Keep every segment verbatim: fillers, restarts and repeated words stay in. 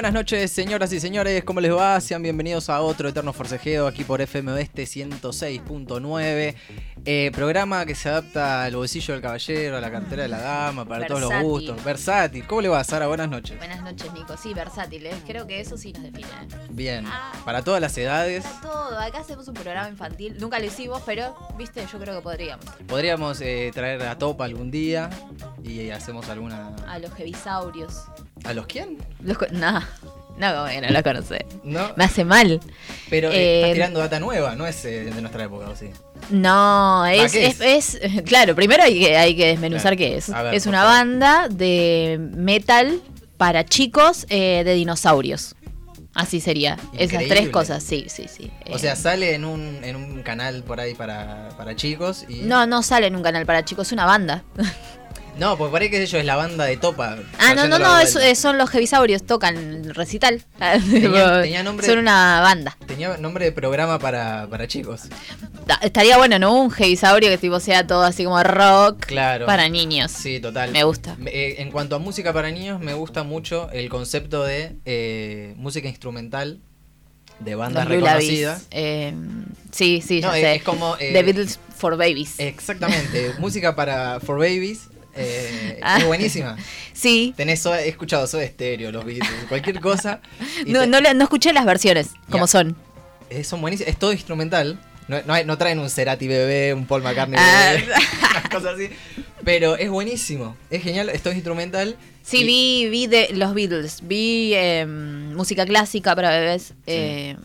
buenas noches, señoras y señores, ¿cómo les va? Sean bienvenidos a otro Eterno Forcejeo aquí por F M Oeste ciento seis punto nueve. Eh, programa que se adapta al bolsillo del caballero, a la cartera de la dama, para Versátil. todos los gustos. Versátil. ¿Cómo le va, Sara? Buenas noches. Buenas noches, Nico. Sí, versátiles. Creo que eso sí nos define. Bien. Ah. Para todas las edades. Para todo. Acá hacemos un programa infantil. Nunca lo hicimos, pero, viste, yo creo que podríamos. Podríamos eh, traer a Topa algún día y hacemos alguna... A los hebisaurios. ¿A los quién? Los co- no, no, bueno, no lo conocé. No. Me hace mal. Pero eh, Eh, estás tirando data nueva, no es eh, de nuestra época, ¿o sí? No, es, qué es? Es, es- claro, primero hay que, hay que desmenuzar Claro. qué es. A ver, Es por una favor. banda de metal para chicos eh, de dinosaurios. Así sería. Esas Increíble. tres cosas, sí, sí, sí. O Eh, sea, sale en un, en un canal por ahí para, para chicos y... No, no sale en un canal para chicos, es una banda. No, pues parece que ellos es la banda de Topa. Ah, no, no, trayéndola no, de es- vuelta. es- son los hebisaurios, tocan recital. Tenía- tenía nombre- Son una banda. Tenía nombre de programa para, para chicos. Ta- Estaría bueno, ¿no? Un hebisaurio que tipo sea todo así como rock Claro. para niños. Sí, total. Me gusta. Eh, en cuanto a música para niños, me gusta mucho el concepto de eh, música instrumental de bandas Los lullabies. reconocidas. Eh, sí, sí, ya No, es, sé. es como... eh, The Beatles for Babies. Exactamente. Música para for babies. Eh, Ah. Es buenísima. Sí. Tenés Soda- he escuchado Soda Stereo, los Beatles, cualquier cosa. y No, te- no, le- no escuché las versiones, como Ya. son. eh, son buenísimas. Es todo instrumental. No, no, hay- no traen un Cerati bebé, un Paul McCartney Ah. bebé, unas cosas así. Pero es buenísimo. Es genial. Es todo instrumental. Sí, y- vi, vi de los Beatles, vi eh, música clásica para bebés. eh,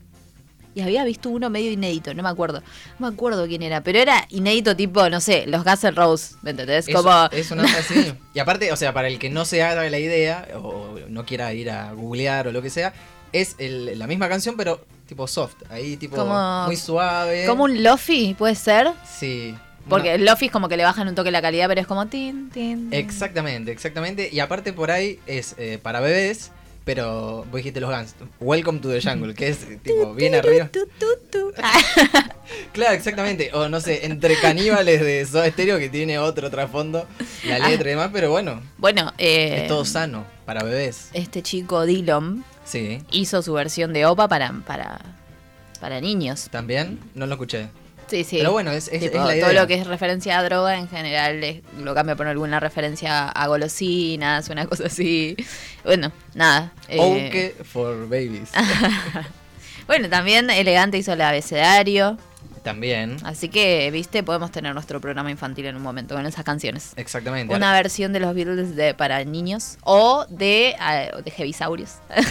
y había visto uno medio inédito, no me acuerdo. No me acuerdo quién era, pero era inédito tipo, no sé, los Guns N' Roses, ¿me entendés? Es, Como... es una onda así. Y aparte, o sea, para el que no se haga la idea o no quiera ir a googlear o lo que sea, es el- la misma canción, pero tipo soft. Ahí, tipo Como- muy suave. como un lofi, puede ser. Sí. Porque Una- el lofi es como que le bajan un toque la calidad, pero es como tin, tin. Exactamente, exactamente. Y aparte por ahí es eh, para bebés, pero vos dijiste los Guns. Welcome to the Jungle, que es eh, tipo bien arriba. Tu, tu, tu. Claro, exactamente. O no sé, entre caníbales de Soda Stereo que tiene otro trasfondo, la letra y demás, pero bueno, Bueno, eh, es todo sano para bebés. este chico Dillon Sí. hizo su versión de O P A para, para, para niños. ¿También? No lo escuché. Sí, sí. Pero bueno, es, es, Tipo, es la idea. todo lo que es referencia a droga en general es- lo cambia por alguna referencia a golosinas, una cosa así. Bueno, nada. eh, Oke for babies. bueno, también Elegante hizo el abecedario. También. Así que, viste, podemos tener nuestro programa infantil en un momento con esas canciones. Exactamente. Una versión de los Beatles de, para niños o de, eh, de hebisaurios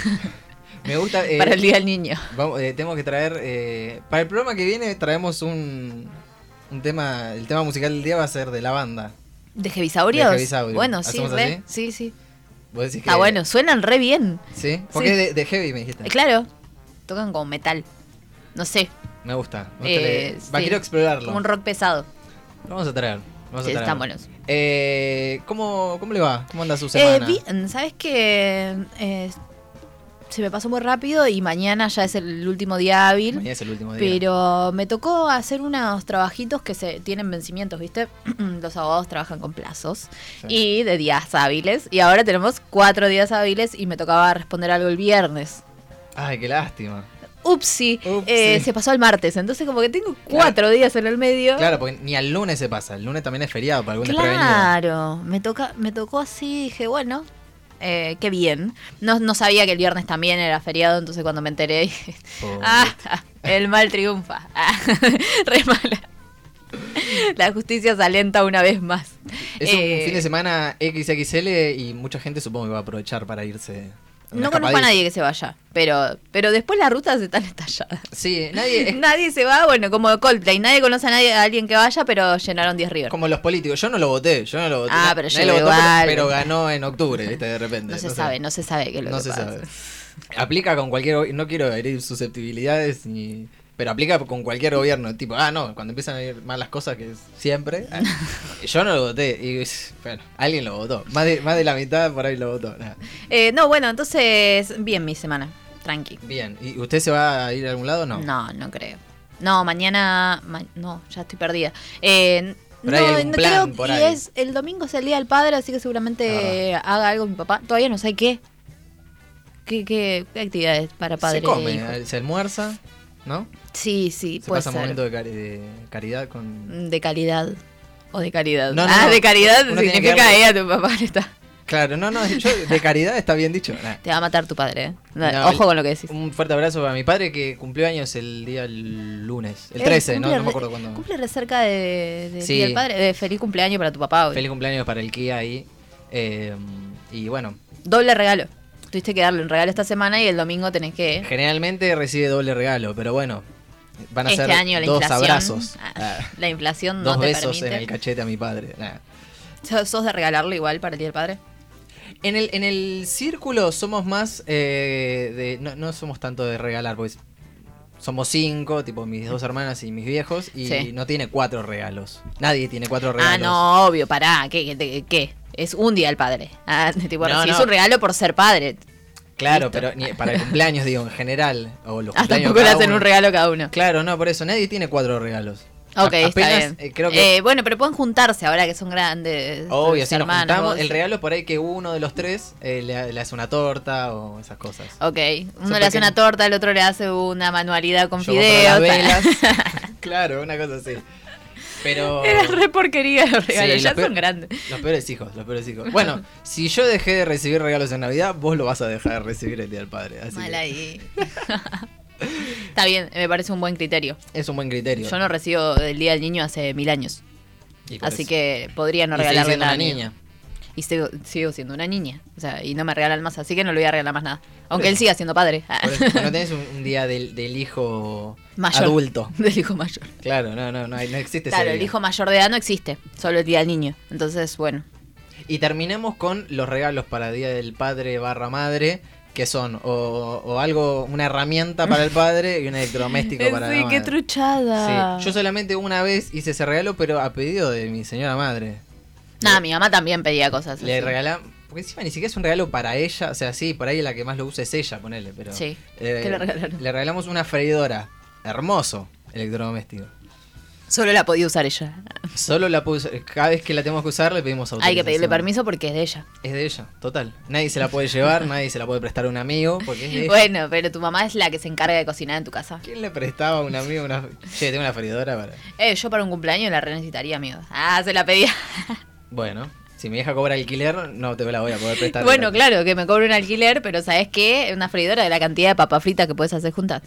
Me gusta. eh, para el Día del Niño. Vamos, eh, tenemos que traer. eh, para el programa que viene traemos un, un tema. El tema musical del día va a ser de la banda. ¿De hebisaurios? De hebisaurios. Bueno, sí, ¿Hacemos re, así? sí, sí. Vos decís que. Está bueno, suenan re bien. ¿Sí? Porque Sí. es de, de heavy, me dijiste. Eh, claro, tocan como metal. No sé, Me gusta. Me gusta Eh, la- Va, sí. quiero explorarlo. como un rock pesado. Lo vamos a traer. Vamos Sí, a traer. están buenos. Eh, ¿cómo, ¿Cómo le va? ¿Cómo anda su Eh, semana? bien, ¿sabes qué? Eh, se me pasó muy rápido y mañana ya es el último día hábil. Mañana es el último día. Pero me tocó hacer unos trabajitos que se tienen vencimientos, ¿viste? Los abogados trabajan con plazos Sí. y de días hábiles. Y ahora tenemos cuatro días hábiles y me tocaba responder algo el viernes. Ay, qué lástima. Upsi, Upsi. eh, se pasó al martes. Entonces como que tengo cuatro días en el medio. Claro, porque ni al lunes se pasa. El lunes también es feriado para algún desprevenido. Claro, me toca, me tocó así, dije, bueno, eh, qué bien. No, no sabía que el viernes también era feriado, entonces cuando me enteré dije, Oh, ah, el mal triunfa. Ah, re mala. La justicia se alenta una vez más. Es Eh, un fin de semana equis equis ele y mucha gente supongo que va a aprovechar para irse. a una No conozco a escapadita. nadie que se vaya, pero, pero después las rutas están estalladas. Sí, nadie. Es Nadie se va, bueno, como Coldplay, nadie conoce a nadie, a alguien que vaya, pero llenaron diez River. como los políticos. Yo no lo voté. Yo no lo voté. Ah, Na- pero nadie yo lo votó, pero, igual. pero ganó en octubre, ¿viste? De repente. No se sé. sabe, no se sabe qué es lo No que se pasa. sabe. Aplica con cualquier. go- No quiero herir susceptibilidades ni. Pero aplica con cualquier gobierno. Tipo, ah, no, cuando empiezan a ir mal las cosas, que es siempre. ah, yo no lo voté. Y bueno, alguien lo votó. Más de, más de la mitad por ahí lo votó. Nada. Eh, no, bueno, entonces, bien mi semana, tranqui. Bien. ¿Y usted se va a ir a algún lado o no? No, no creo. No, mañana, ma- no, ya estoy perdida. Eh, Pero hay no, algún no plan creo, por y ahí. es el domingo es el día del padre, así que seguramente Ah. haga algo mi papá. Todavía no sé qué. ¿Qué, qué, qué actividades para padre? Se come, e hijo? se almuerza, ¿no? Sí, sí, Se puede pasa un ser. momento de, cari- de caridad con... De calidad. O de caridad. No, no, ah, no. de caridad Uno tiene que significa darle- ahí a tu papá le está. Claro, no, no, yo de caridad está bien dicho. Nah. Te va a matar tu padre, ¿eh? No, No, ojo el- con lo que decís. Un fuerte abrazo para mi padre que cumplió años el día el lunes, el Eh, trece, no, cumple no me re- acuerdo cuándo. Cumple re cerca de, de Sí. Día del Padre. Eh, feliz cumpleaños para tu papá hoy. Feliz cumpleaños para el Kia ahí. Eh, y bueno, Doble regalo. Tuviste que darle un regalo esta semana y el domingo tenés que... generalmente recibe doble regalo, pero bueno, van a Este ser año la dos inflación... abrazos. ah, Ah, la inflación no dos te besos permite. en el cachete a mi padre. Nah. ¿Sos sos de regalarle igual para el Día del Padre? En el, en el círculo somos más eh, de. No, no somos tanto de regalar, pues somos cinco, tipo mis dos hermanas y mis viejos, y Sí. no tiene cuatro regalos. Nadie tiene cuatro regalos. Ah, no, obvio, pará. ¿Qué? ¿Qué? qué? Es un Día del Padre. Ah, tipo, No, recibís no. un regalo por ser padre. Claro, Listo. pero ni- para el cumpleaños, digo, en general. O los Ah, cumpleaños tampoco le cada hacen uno. un regalo cada uno. Claro, no, por eso. Nadie tiene cuatro regalos. Ok, A- está apenas, bien. eh, creo que. Eh, bueno, pero pueden juntarse ahora que son grandes. Obvio, tus si nos hermanos, juntamos, vos. el regalo es por ahí que uno de los tres eh, le, le hace una torta o esas cosas. Ok, uno Son le hace una pequeños. torta, el otro le hace una manualidad con Yo compro fideos. las velas. Claro, una cosa así. Pero. Era re porquería los regalos, Sí, ya los peor- son grandes. Los peores hijos, los peores hijos. Bueno, si yo dejé de recibir regalos en Navidad, vos lo vas a dejar de recibir el Día del Padre. Así Mal que ahí. Está bien, me parece un buen criterio. es un buen criterio. Yo no recibo el Día del Niño hace mil años. Y por Así eso. que podría no Y seguís regalarle siendo nada. una a mi niña. hijo. Y sigo, sigo siendo una niña. O sea, y no me regalan más, así que no le voy a regalar más nada. Aunque eso. él siga siendo padre. Por eso, no tenés un, un día del, del hijo Mayor. adulto. Del hijo mayor. Claro, no, no, no, hay- no existe Claro, ese el día. hijo mayor de edad no existe. Solo el Día del Niño. Entonces, bueno. Y terminemos con los regalos para Día del Padre barra Madre, que son o, o algo, una herramienta para el padre y un electrodoméstico para la sí, madre. qué truchada. Sí, yo solamente una vez hice ese regalo, pero a pedido de mi señora madre. Nada, mi mamá también pedía cosas Le así. regalamos, porque encima ni siquiera es un regalo para ella, o sea, sí, por ahí la que más lo usa es ella, ponele, pero... Sí, eh, ¿qué le regalaron? Le regalamos una freidora, hermoso electrodoméstico. Solo la podía usar ella. Solo la puedo usar, cada vez que la tenemos que usar le pedimos autorización. Hay que pedirle permiso porque es de ella. Es de ella, total. Nadie se la puede llevar, nadie se la puede prestar a un amigo, porque es de ella. Bueno, pero tu mamá es la que se encarga de cocinar en tu casa. ¿Quién le prestaba a un amigo una... Che, tengo una freidora para... Eh, yo para un cumpleaños la re necesitaría, amigo. Ah, se la pedía. Bueno, si mi vieja cobra alquiler, no te la voy a poder prestar. Bueno, claro, que me cobre un alquiler, pero ¿sabes qué? Una freidora de la cantidad de papa frita que puedes hacer juntas.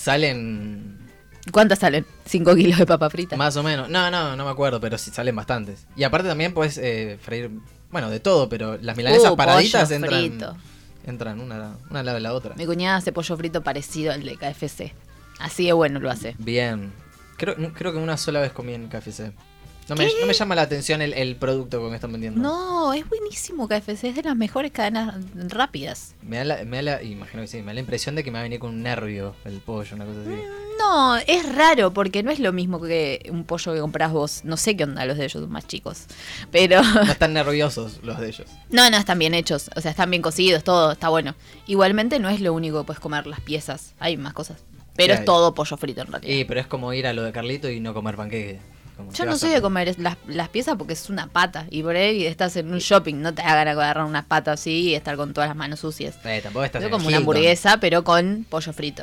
Salen ¿Cuántas salen? Cinco kilos de papa frita. más o menos. No, no, no me acuerdo, pero sí salen bastantes. Y aparte también puedes eh, freír, bueno, de todo, pero las milanesas Uh, paraditas pollo entran, frito. entran una, una al lado de la otra. Mi cuñada hace pollo frito parecido al de K F C. Así de bueno lo hace. Bien. Creo, creo que una sola vez comí en K F C. No me, no me llama la atención el, el producto que me están vendiendo. No, es buenísimo K F C, es de las mejores cadenas rápidas. Me da la, me da la, imagino que sí, me da la impresión de que me va a venir con un nervio el pollo, una cosa así. No, es raro porque no es lo mismo que un pollo que compras vos. No sé qué onda los de ellos, son más chicos. Pero No están nerviosos los de ellos. no, no, están bien hechos. O sea, están bien cocidos, todo, está bueno. Igualmente no es lo único que puedes comer las piezas. Hay más cosas. Pero ¿Qué es hay? todo pollo frito en realidad. Y, pero es como ir a lo de Carlito y no comer panqueque. Como, Yo ¿qué no vas a soy de hacer? comer las, las piezas porque es una pata. Y por ahí estás en un shopping, no te hagan agarrar unas patas así y estar con todas las manos sucias. Eh, tampoco estás Yo en como el una Hilton. hamburguesa, pero con pollo frito.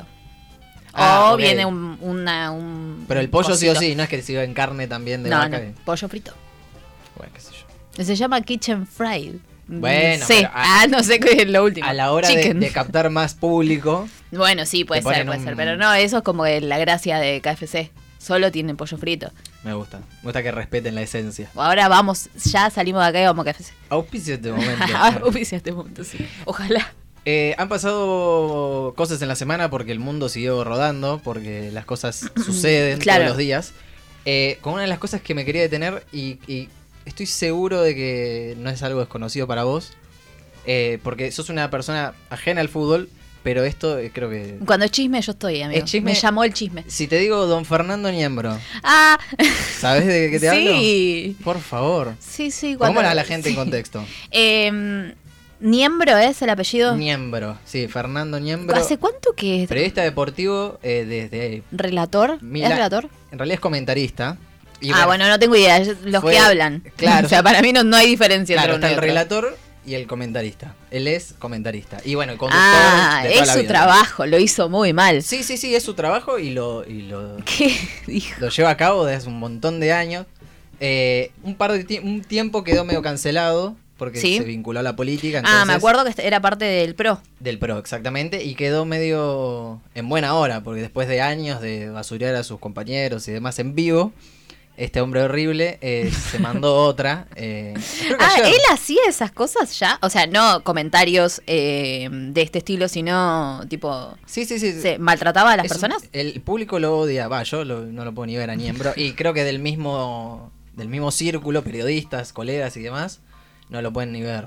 Ah, o ok. viene un, una, un. Pero el pollo sí o cosito. sí, no es que sirva en carne también de No, vaca. no, y- pollo frito. Bueno, qué sé yo. Se llama Kitchen Fried. Bueno, sí. pero a- ah, no sé qué es lo último. A la hora de, Chicken. de captar más público, Bueno, sí, puede Te ser, ponen puede un- ser. Pero no, eso es como que la gracia de K F C. Solo tienen pollo frito. me gusta. Me gusta que respeten la esencia. Ahora vamos, ya salimos de acá y vamos a K F C. Auspicio este momento. Oficia este punto, sí. Ojalá. Eh, han pasado cosas en la semana porque el mundo siguió rodando, porque las cosas suceden Claro. todos los días. Eh, con una de las cosas que me quería detener y, y estoy seguro de que no es algo desconocido para vos, eh, porque sos una persona ajena al fútbol, pero esto eh, creo que... Cuando es chisme, yo estoy, amigo. Es chisme. Me llamó el chisme. Si te digo Don Fernando Niembro, Ah, ¿sabes de qué te hablo? sí. Por favor. Sí, sí. Cuando, Pongámosle a la gente sí. en contexto. Eh, Niembro es el apellido. Niembro, sí, Fernando Niembro. ¿Hace cuánto que es Periodista deportivo eh, desde... relator? Mila- ¿Es relator? En realidad es comentarista. Y ah, bueno, no tengo idea. Los fue- que hablan. claro. O sea, para mí no, no hay diferencia Claro, entre está uno el y otro. relator y el comentarista. Él es comentarista. Y bueno, el conductor Ah, de toda es la su vida. trabajo, lo hizo muy mal. Sí, sí, sí, es su trabajo y lo, y lo, ¿Qué dijo? lo lleva a cabo desde hace un montón de años. Eh, un par de tie- un tiempo quedó medio cancelado porque Sí. se vinculó a la política. Entonces, Ah, me acuerdo que este era parte del pro. Del pro, exactamente. Y quedó medio en buena hora porque después de años de basurear a sus compañeros y demás en vivo, este hombre horrible eh, se mandó otra. Eh, creo que Ah, ayer. él hacía esas cosas ya. O sea, no comentarios eh, de este estilo, sino tipo. Sí, sí, sí. ¿Se maltrataba a las Es un- personas? El público lo odia, va, yo lo- no lo puedo ni ver a ni en bro. Y creo que del mismo del mismo círculo, periodistas, colegas y demás, no lo pueden ni ver.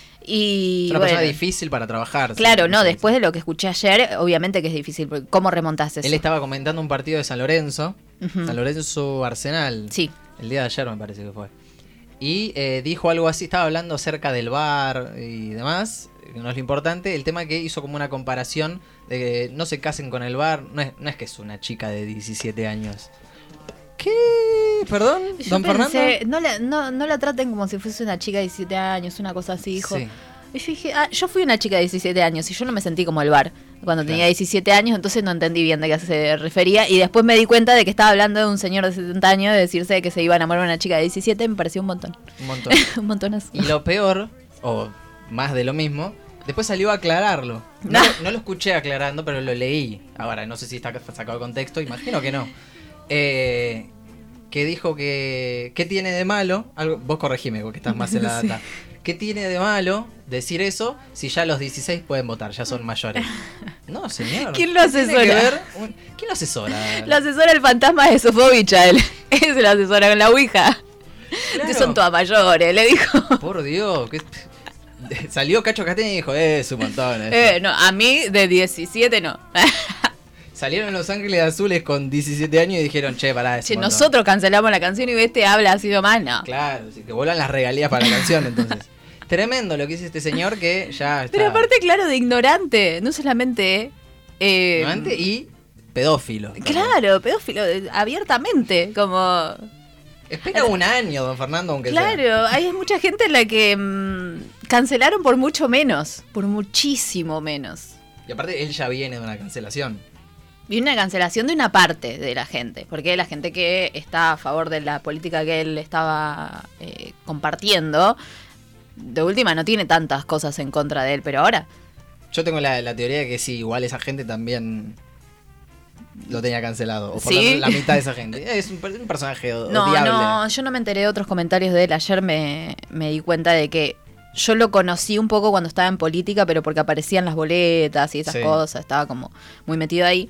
Y Es una bueno, persona difícil para trabajar. claro, sí, no, sí, después sí. de lo que escuché ayer, obviamente que es difícil, porque ¿cómo remontás eso? Él estaba comentando un partido de San Lorenzo, Ujú. San Lorenzo Arsenal. Sí. El día de ayer me parece que fue. Y eh, dijo algo así, estaba hablando acerca del bar y demás, que no es lo importante. El tema que hizo como una comparación de que no se casen con el bar. No es, no es que es una chica de diecisiete años. ¿Qué? ¿Perdón? Yo ¿Don pensé, Fernando? no la, no, no la traten como si fuese una chica de diecisiete años, una cosa así, hijo. Sí. Y yo dije, ah, yo fui una chica de diecisiete años y yo no me sentí como el bar cuando Claro. tenía diecisiete años, entonces no entendí bien de qué se refería. Y después me di cuenta de que estaba hablando de un señor de setenta años, de decirse que se iba a enamorar de una chica de diecisiete, me pareció un montón. Un montón. un montonazo. Y lo peor, o más de lo mismo, después salió a aclararlo. No, Ah. lo- no lo escuché aclarando, pero lo leí. Ahora, no sé si está sacado de contexto, imagino que no. Eh, que dijo que... ¿Qué tiene de malo? Algo, vos corregime, porque estás más en la Sí. data. ¿Qué tiene de malo decir eso si ya a los dieciséis pueden votar? Ya son mayores. No, señor. ¿Quién lo ¿Qué tiene asesora? que ver un- ¿Quién lo asesora? Lo asesora el fantasma de Sofovich a él. Es el asesora con la ouija. Claro. Que son todas mayores, le dijo. Por Dios. ¿qué- Salió Cacho Castaña y dijo, es un montón. eso". Eh, no, a mí de diecisiete no. Salieron Los Ángeles Azules con diecisiete años y dijeron, che, pará, es Che, un montón". nosotros cancelamos la canción y este habla así nomás, no. Claro, sí, que vuelan las regalías para la canción, entonces. Tremendo lo que hizo este señor que ya está... Pero aparte, claro, de ignorante, no solamente... Eh, ignorante y pedófilo. claro, pedófilo, eh, abiertamente, como... Espera un año, don Fernando, aunque sea. Claro, hay mucha gente a la que mm, cancelaron por mucho menos, por muchísimo menos. Y aparte, él ya viene de una cancelación. Y una cancelación de una parte de la gente, porque la gente que está a favor de la política que él estaba eh, compartiendo, de última no tiene tantas cosas en contra de él, pero ahora... Yo tengo la, la teoría de que sí, igual esa gente también lo tenía cancelado. O por ¿Sí? lo menos la mitad de esa gente. Es un, per- un personaje o- No, odiable. no, yo no me enteré de otros comentarios de él. Ayer me, me di cuenta de que yo lo conocí un poco cuando estaba en política, pero porque aparecían las boletas y esas Sí. cosas, estaba como muy metido ahí.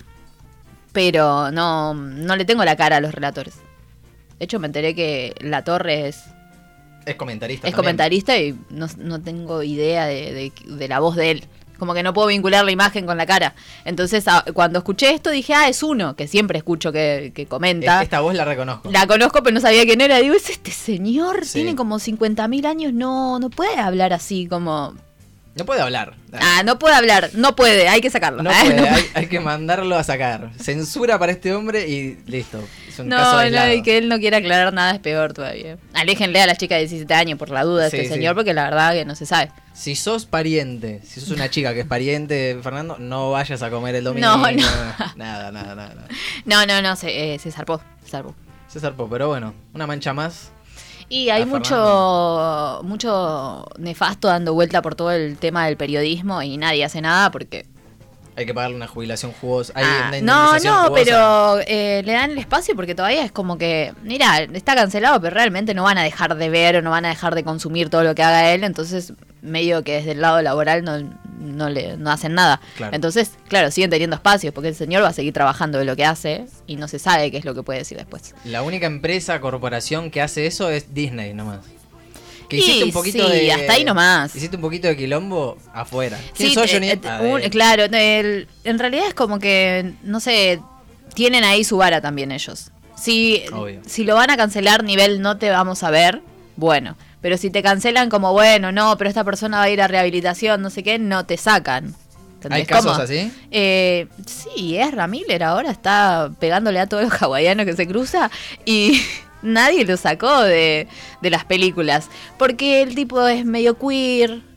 Pero no, no le tengo la cara a los relatores. De hecho, me enteré que La Torre es, Es comentarista es también. comentarista y no, no tengo idea de, de- de la voz de él. Como que no puedo vincular la imagen con la cara. Entonces, a- cuando escuché esto, dije, ah, es uno, que siempre escucho que, que comenta. Es- Esta voz la reconozco. La conozco, pero no sabía quién era. Digo, es este señor, Sí. tiene como cincuenta mil años, no, no puede hablar así como... No puede hablar. Ah, no puede hablar, no puede, hay que sacarlo. No Ah, puede, no puede. hay, hay que mandarlo a sacar. Censura para este hombre y listo. Es un No, caso no, aislado. y que él no quiera aclarar nada es peor todavía. Aléjenle a las chicas de diecisiete años por la duda de Sí, este sí. señor, porque la verdad que no se sabe. Si sos pariente, si sos una chica que es pariente de Fernando, no vayas a comer el domingo. No, no. Nada, nada, nada, nada. No, no, no, se, eh, se zarpó, se zarpó. Se zarpó, pero bueno, una mancha más. Y hay A mucho, mucho nefasto dando vuelta por todo el tema del periodismo y nadie hace nada porque... Hay que pagarle una jubilación jugosa. Hay Ah, una no, indemnización no, jugosa. pero eh, le dan el espacio porque todavía es como que, mira, está cancelado, pero realmente no van a dejar de ver o no van a dejar de consumir todo lo que haga él, entonces medio que desde el lado laboral no, no le no hacen nada. Claro. Entonces, claro, siguen teniendo espacios porque el señor va a seguir trabajando de lo que hace y no se sabe qué es lo que puede decir después. La única empresa, corporación que hace eso es Disney nomás. Que Y hiciste un poquito sí, de. hasta ahí nomás. Hiciste un poquito de quilombo afuera. ¿Quién Sí, soy, eh, Johnny? eh, A un- ver. claro, el- en realidad es como que, no sé, tienen ahí su vara también ellos. Si, Obvio. si lo van a cancelar nivel no te vamos a ver, bueno. Pero si te cancelan como, bueno, no, pero esta persona va a ir a rehabilitación, no sé qué, no te sacan. ¿Hay ¿Entendés casos cómo? así? Eh, sí, es Ramiller ahora, está pegándole a todos los hawaianos que se cruza y nadie lo sacó de, de las películas. Porque el tipo es medio queer,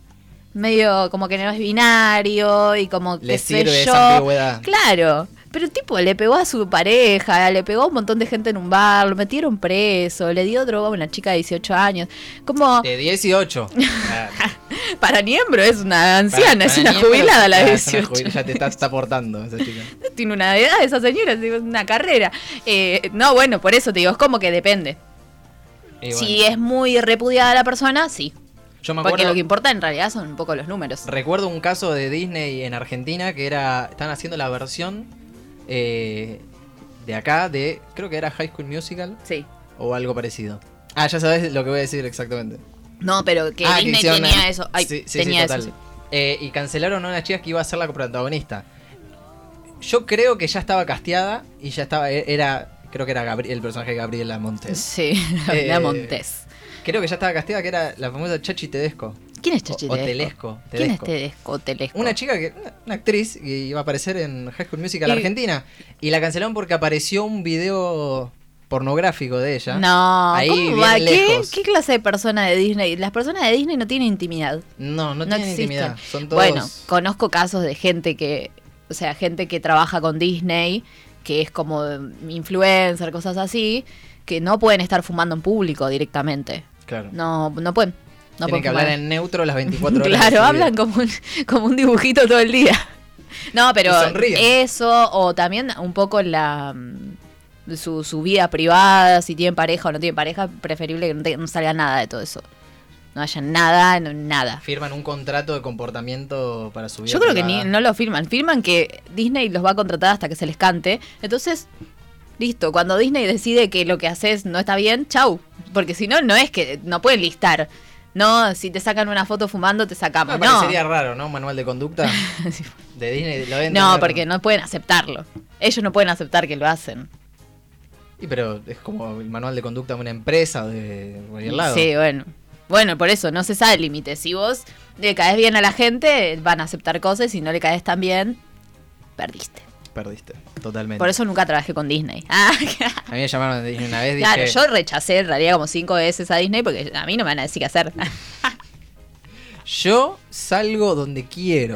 medio como que no es binario y como Le que sirve sé esa yo. ambigüedad. Claro. Pero el tipo le pegó a su pareja, le pegó a un montón de gente en un bar, lo metieron preso, le dio droga a una chica de dieciocho años. Como De dieciocho. para Niembro es una anciana, Para- es para una Niembro, jubilada la de claro, es una dieciocho. jubil- Ya te está, está aportando esa chica. Tiene una edad esa señora, es una carrera. Eh, no, bueno, por eso te digo, es como que depende. Y Si bueno, es muy repudiada la persona, sí. yo me Porque acuerdo, lo que importa en realidad son un poco los números. recuerdo un caso de Disney en Argentina que era, están haciendo la versión eh, de acá de, creo que era High School Musical Sí. o algo parecido. Ah, ya sabes lo que voy a decir exactamente. No, pero que Ah, que Disney hicieron tenía una- eso. Ay, sí, sí, tenía sí, eso. total. Sí. Eh, y cancelaron a una chica que iba a ser la protagonista. Yo creo que ya estaba casteada y ya estaba, e- era, creo que era Gabri- el personaje de Gabriela Montes. Sí, Eh, la Montes. Creo que ya estaba casteada, que era la famosa Chachi Tedesco. ¿Quién es Chachi O- o Tedesco? Telesco, ¿Quién es Tedesco. Tedesco? Telesco. Una chica que, una, una actriz que iba a aparecer en High School Musical Y- Argentina. Y la cancelaron porque apareció un video pornográfico de ella. No, Ahí, ¿cómo bien va? ¿Qué, lejos. ¿Qué clase de persona de Disney? Las personas de Disney no tienen intimidad. No, no, No tienen existen. intimidad. Son todos. Bueno, conozco casos de gente que, o sea, gente que trabaja con Disney, que es como influencer, cosas así, que no pueden estar fumando en público directamente. Claro. No, no pueden. No Tienen pueden que hablar fumar. en neutro las veinticuatro horas. de Claro, su hablan vida. como un, como un dibujito todo el día. No, pero Y sonríen. eso, o también un poco la mm, su, su vida privada, si tienen pareja o no tienen pareja, preferible que no, te- no salga nada de todo eso. No haya nada, no- nada. Firman un contrato de comportamiento para su vida. Yo creo que privada. ni, no lo firman. Firman que Disney los va a contratar hasta que se les cante. Entonces, listo. Cuando Disney decide que lo que haces no está bien, chau. Porque si no, no es que no pueden listar. No, si te sacan una foto fumando, te No, sacamos. me No, parecería raro, ¿no? Manual de conducta de Disney. Lo deben no, tener. porque no pueden aceptarlo. Ellos no pueden aceptar que lo hacen. Y pero es como el manual de conducta de una empresa o de cualquier lado. Sí, bueno. Bueno, por eso no se sabe el límite. Si vos le caes bien a la gente, van a aceptar cosas. Y si no le caes tan bien, perdiste. Perdiste, totalmente. Por eso nunca trabajé con Disney. Ah, A mí me llamaron de Disney una vez. claro, dije, yo rechacé en realidad como cinco veces a Disney porque a mí no me van a decir qué hacer. Yo salgo donde quiero.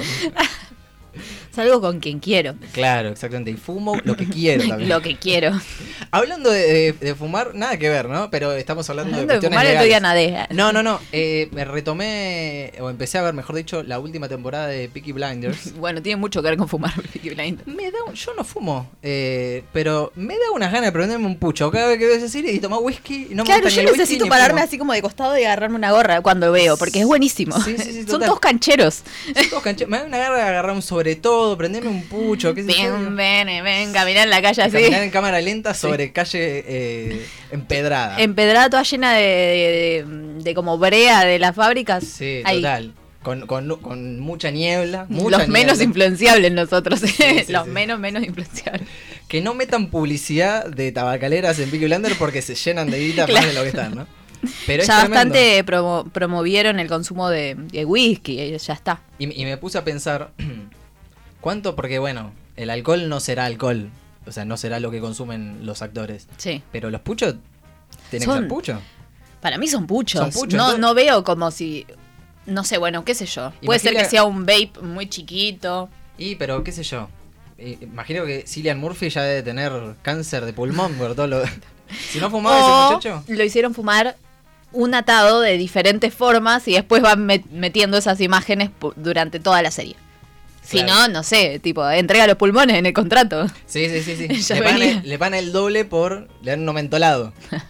Salgo con quien quiero. Claro, exactamente. Y fumo lo que quiero también. Lo que quiero. Hablando de, de- de fumar, nada que ver, ¿no? Pero estamos hablando, Hablando de de cuestiones fumar, estoy legales. a nadea. No, no, no. Eh, me retomé, o empecé a ver, mejor dicho, la última temporada de Peaky Blinders. Bueno, tiene mucho que ver con fumar Peaky Blinders. Me da, un- yo no fumo, eh, pero me da unas ganas de prenderme un pucho cada vez que veo esa serie y tomar whisky. Y no me Claro, gusta yo ni el whisky necesito ni pararme fumo. así como de costado y agarrarme una gorra cuando veo, porque es buenísimo. Sí, sí, sí, Son total. todos cancheros. Son todos canche- Me da una gana de agarrar un sobre todo, prenderme un pucho, qué sé yo. Ven, ven, ven, caminar en la calle Y así. caminar en cámara lenta sobre calle eh, empedrada. Empedrada toda llena de, de, de- de como brea de las fábricas. Sí, Ahí. total. Con, con, con mucha niebla. Mucha Los menos niebla. influenciables nosotros. sí, Los sí. menos, menos influenciables. Que no metan publicidad de tabacaleras en Peaky Blinders porque se llenan de guita Claro. más de lo que están, ¿no? Pero es Ya tremendo. bastante promo- promovieron el consumo de, de whisky, y ya está. Y, y me puse a pensar, ¿cuánto? Porque bueno, el alcohol no será alcohol. O sea, no será lo que consumen los actores. Sí. Pero los puchos tienen Son- que ser puchos. Para mí son puchos. Son puchos, no, entonces- no veo como si. No sé, bueno, qué sé yo. Puede ser Imagina- que sea un vape muy chiquito. Y, pero qué sé yo. eh, Imagino que Cillian Murphy ya debe tener cáncer de pulmón por todo lo. Si no fumaba O ese muchacho. lo hicieron fumar un atado de diferentes formas y después van met- metiendo esas imágenes pu- durante toda la serie. Si Claro. no, no sé, tipo, entrega los pulmones en el contrato. Sí, sí, sí, sí. Ya Le pagan, venía. el, le pagan el doble por le dan un mentolado.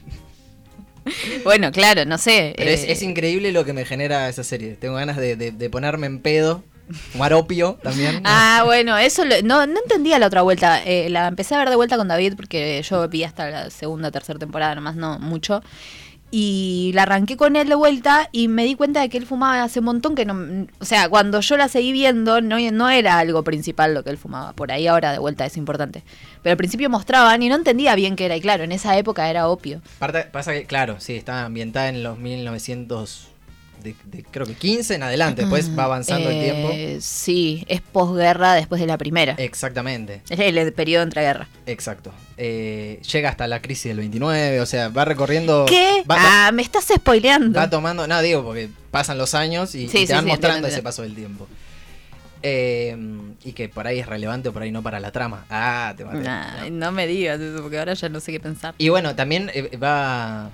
Bueno, claro, no sé. Pero es, eh, es increíble lo que me genera esa serie. Tengo ganas de, de- de ponerme en pedo. Fumar opio también. Ah, bueno, eso lo- no, no entendía la otra vuelta. Eh, la empecé a ver de vuelta con David porque yo vi hasta la segunda, tercera temporada, nomás no mucho. Y la arranqué con él de vuelta y me di cuenta de que él fumaba hace un montón que no... O sea, cuando yo la seguí viendo no, no era algo principal lo que él fumaba. Por ahí ahora de vuelta es importante. Pero al principio mostraban y no entendía bien qué era. Y claro, en esa época era opio. Parte- pasa que, claro, sí, está ambientada en los mil novecientos de, de creo que quince en adelante, después va avanzando Eh, el tiempo. Sí, es posguerra después de la primera. Exactamente, Es el, el periodo entre guerras. exacto. Eh, llega hasta la crisis del veintinueve, o sea, va recorriendo... ¿Qué? Va, va- ah, me estás spoileando. va tomando... No, digo, porque pasan los años y, Sí, y sí, te van sí, mostrando entiendo, ese entiendo. paso del tiempo. Eh, y que por ahí es relevante o por ahí no para la trama. Ah, te maté. Nah, No. no me digas eso, porque ahora ya no sé qué pensar. Y bueno, también eh, va...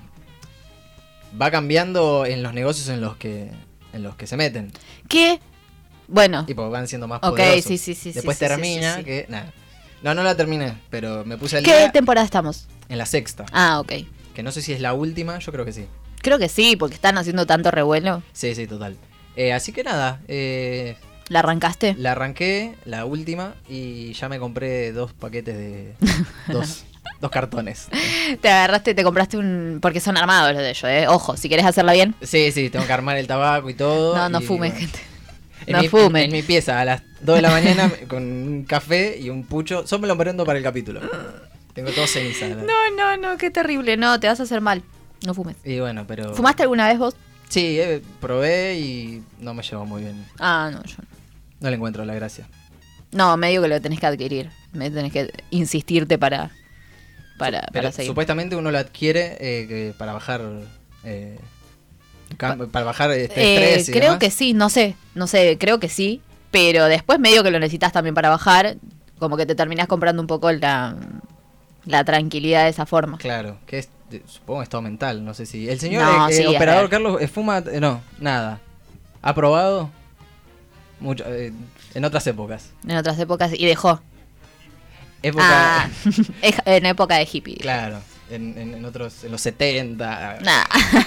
Va cambiando en los negocios en los que en los que se meten. ¿Qué? Bueno, Tipo, van siendo más ok, poderosos. sí, sí, sí. Después sí, sí, termina sí, sí. que... Nada. No, no la terminé, pero me puse al ¿Qué día temporada estamos? en la sexta. Ah, ok. Que no sé si es la última, yo creo que sí. Creo que sí, porque están haciendo tanto revuelo. Sí, sí, total. Eh, así que nada, eh, ¿La arrancaste? la arranqué, la última, y ya me compré dos paquetes de... dos, dos cartones. Te agarraste, te compraste un... Porque son armados los de ellos, ¿eh? Ojo, si querés hacerla bien. Sí, sí, tengo que armar el tabaco y todo. No, no y, fumen, bueno, gente. En, No mi, fumen. en, en mi pieza a las dos de la mañana con un café y un pucho. Solo me lo prendo para el capítulo. Tengo todo ceniza. la- No, no, no, qué terrible. No, te vas a hacer mal. No fumes. Y bueno, pero... ¿Fumaste alguna vez vos? Sí, eh, probé y no me llevó muy bien. Ah, no, yo no. No le encuentro la gracia. No, medio que lo tenés que adquirir. Me tenés que insistirte para, para, Pero para seguir. supuestamente uno lo adquiere eh, que para bajar... eh, cam- para bajar este Eh, estrés y creo demás. que sí, no sé, no sé, creo que sí. Pero después medio que lo necesitas también para bajar. Como que te terminás comprando un poco la, la tranquilidad de esa forma. Claro, que es, de- supongo estado mental, no sé si... El señor No, eh, sí, eh, es operador real. Carlos eh, fuma... eh, no, nada. ¿Ha probado? Mucho, eh, en otras épocas. En otras épocas y dejó. Época... Ah, es- en época de hippie. Claro, en, en, en otros... En los setenta. Nah.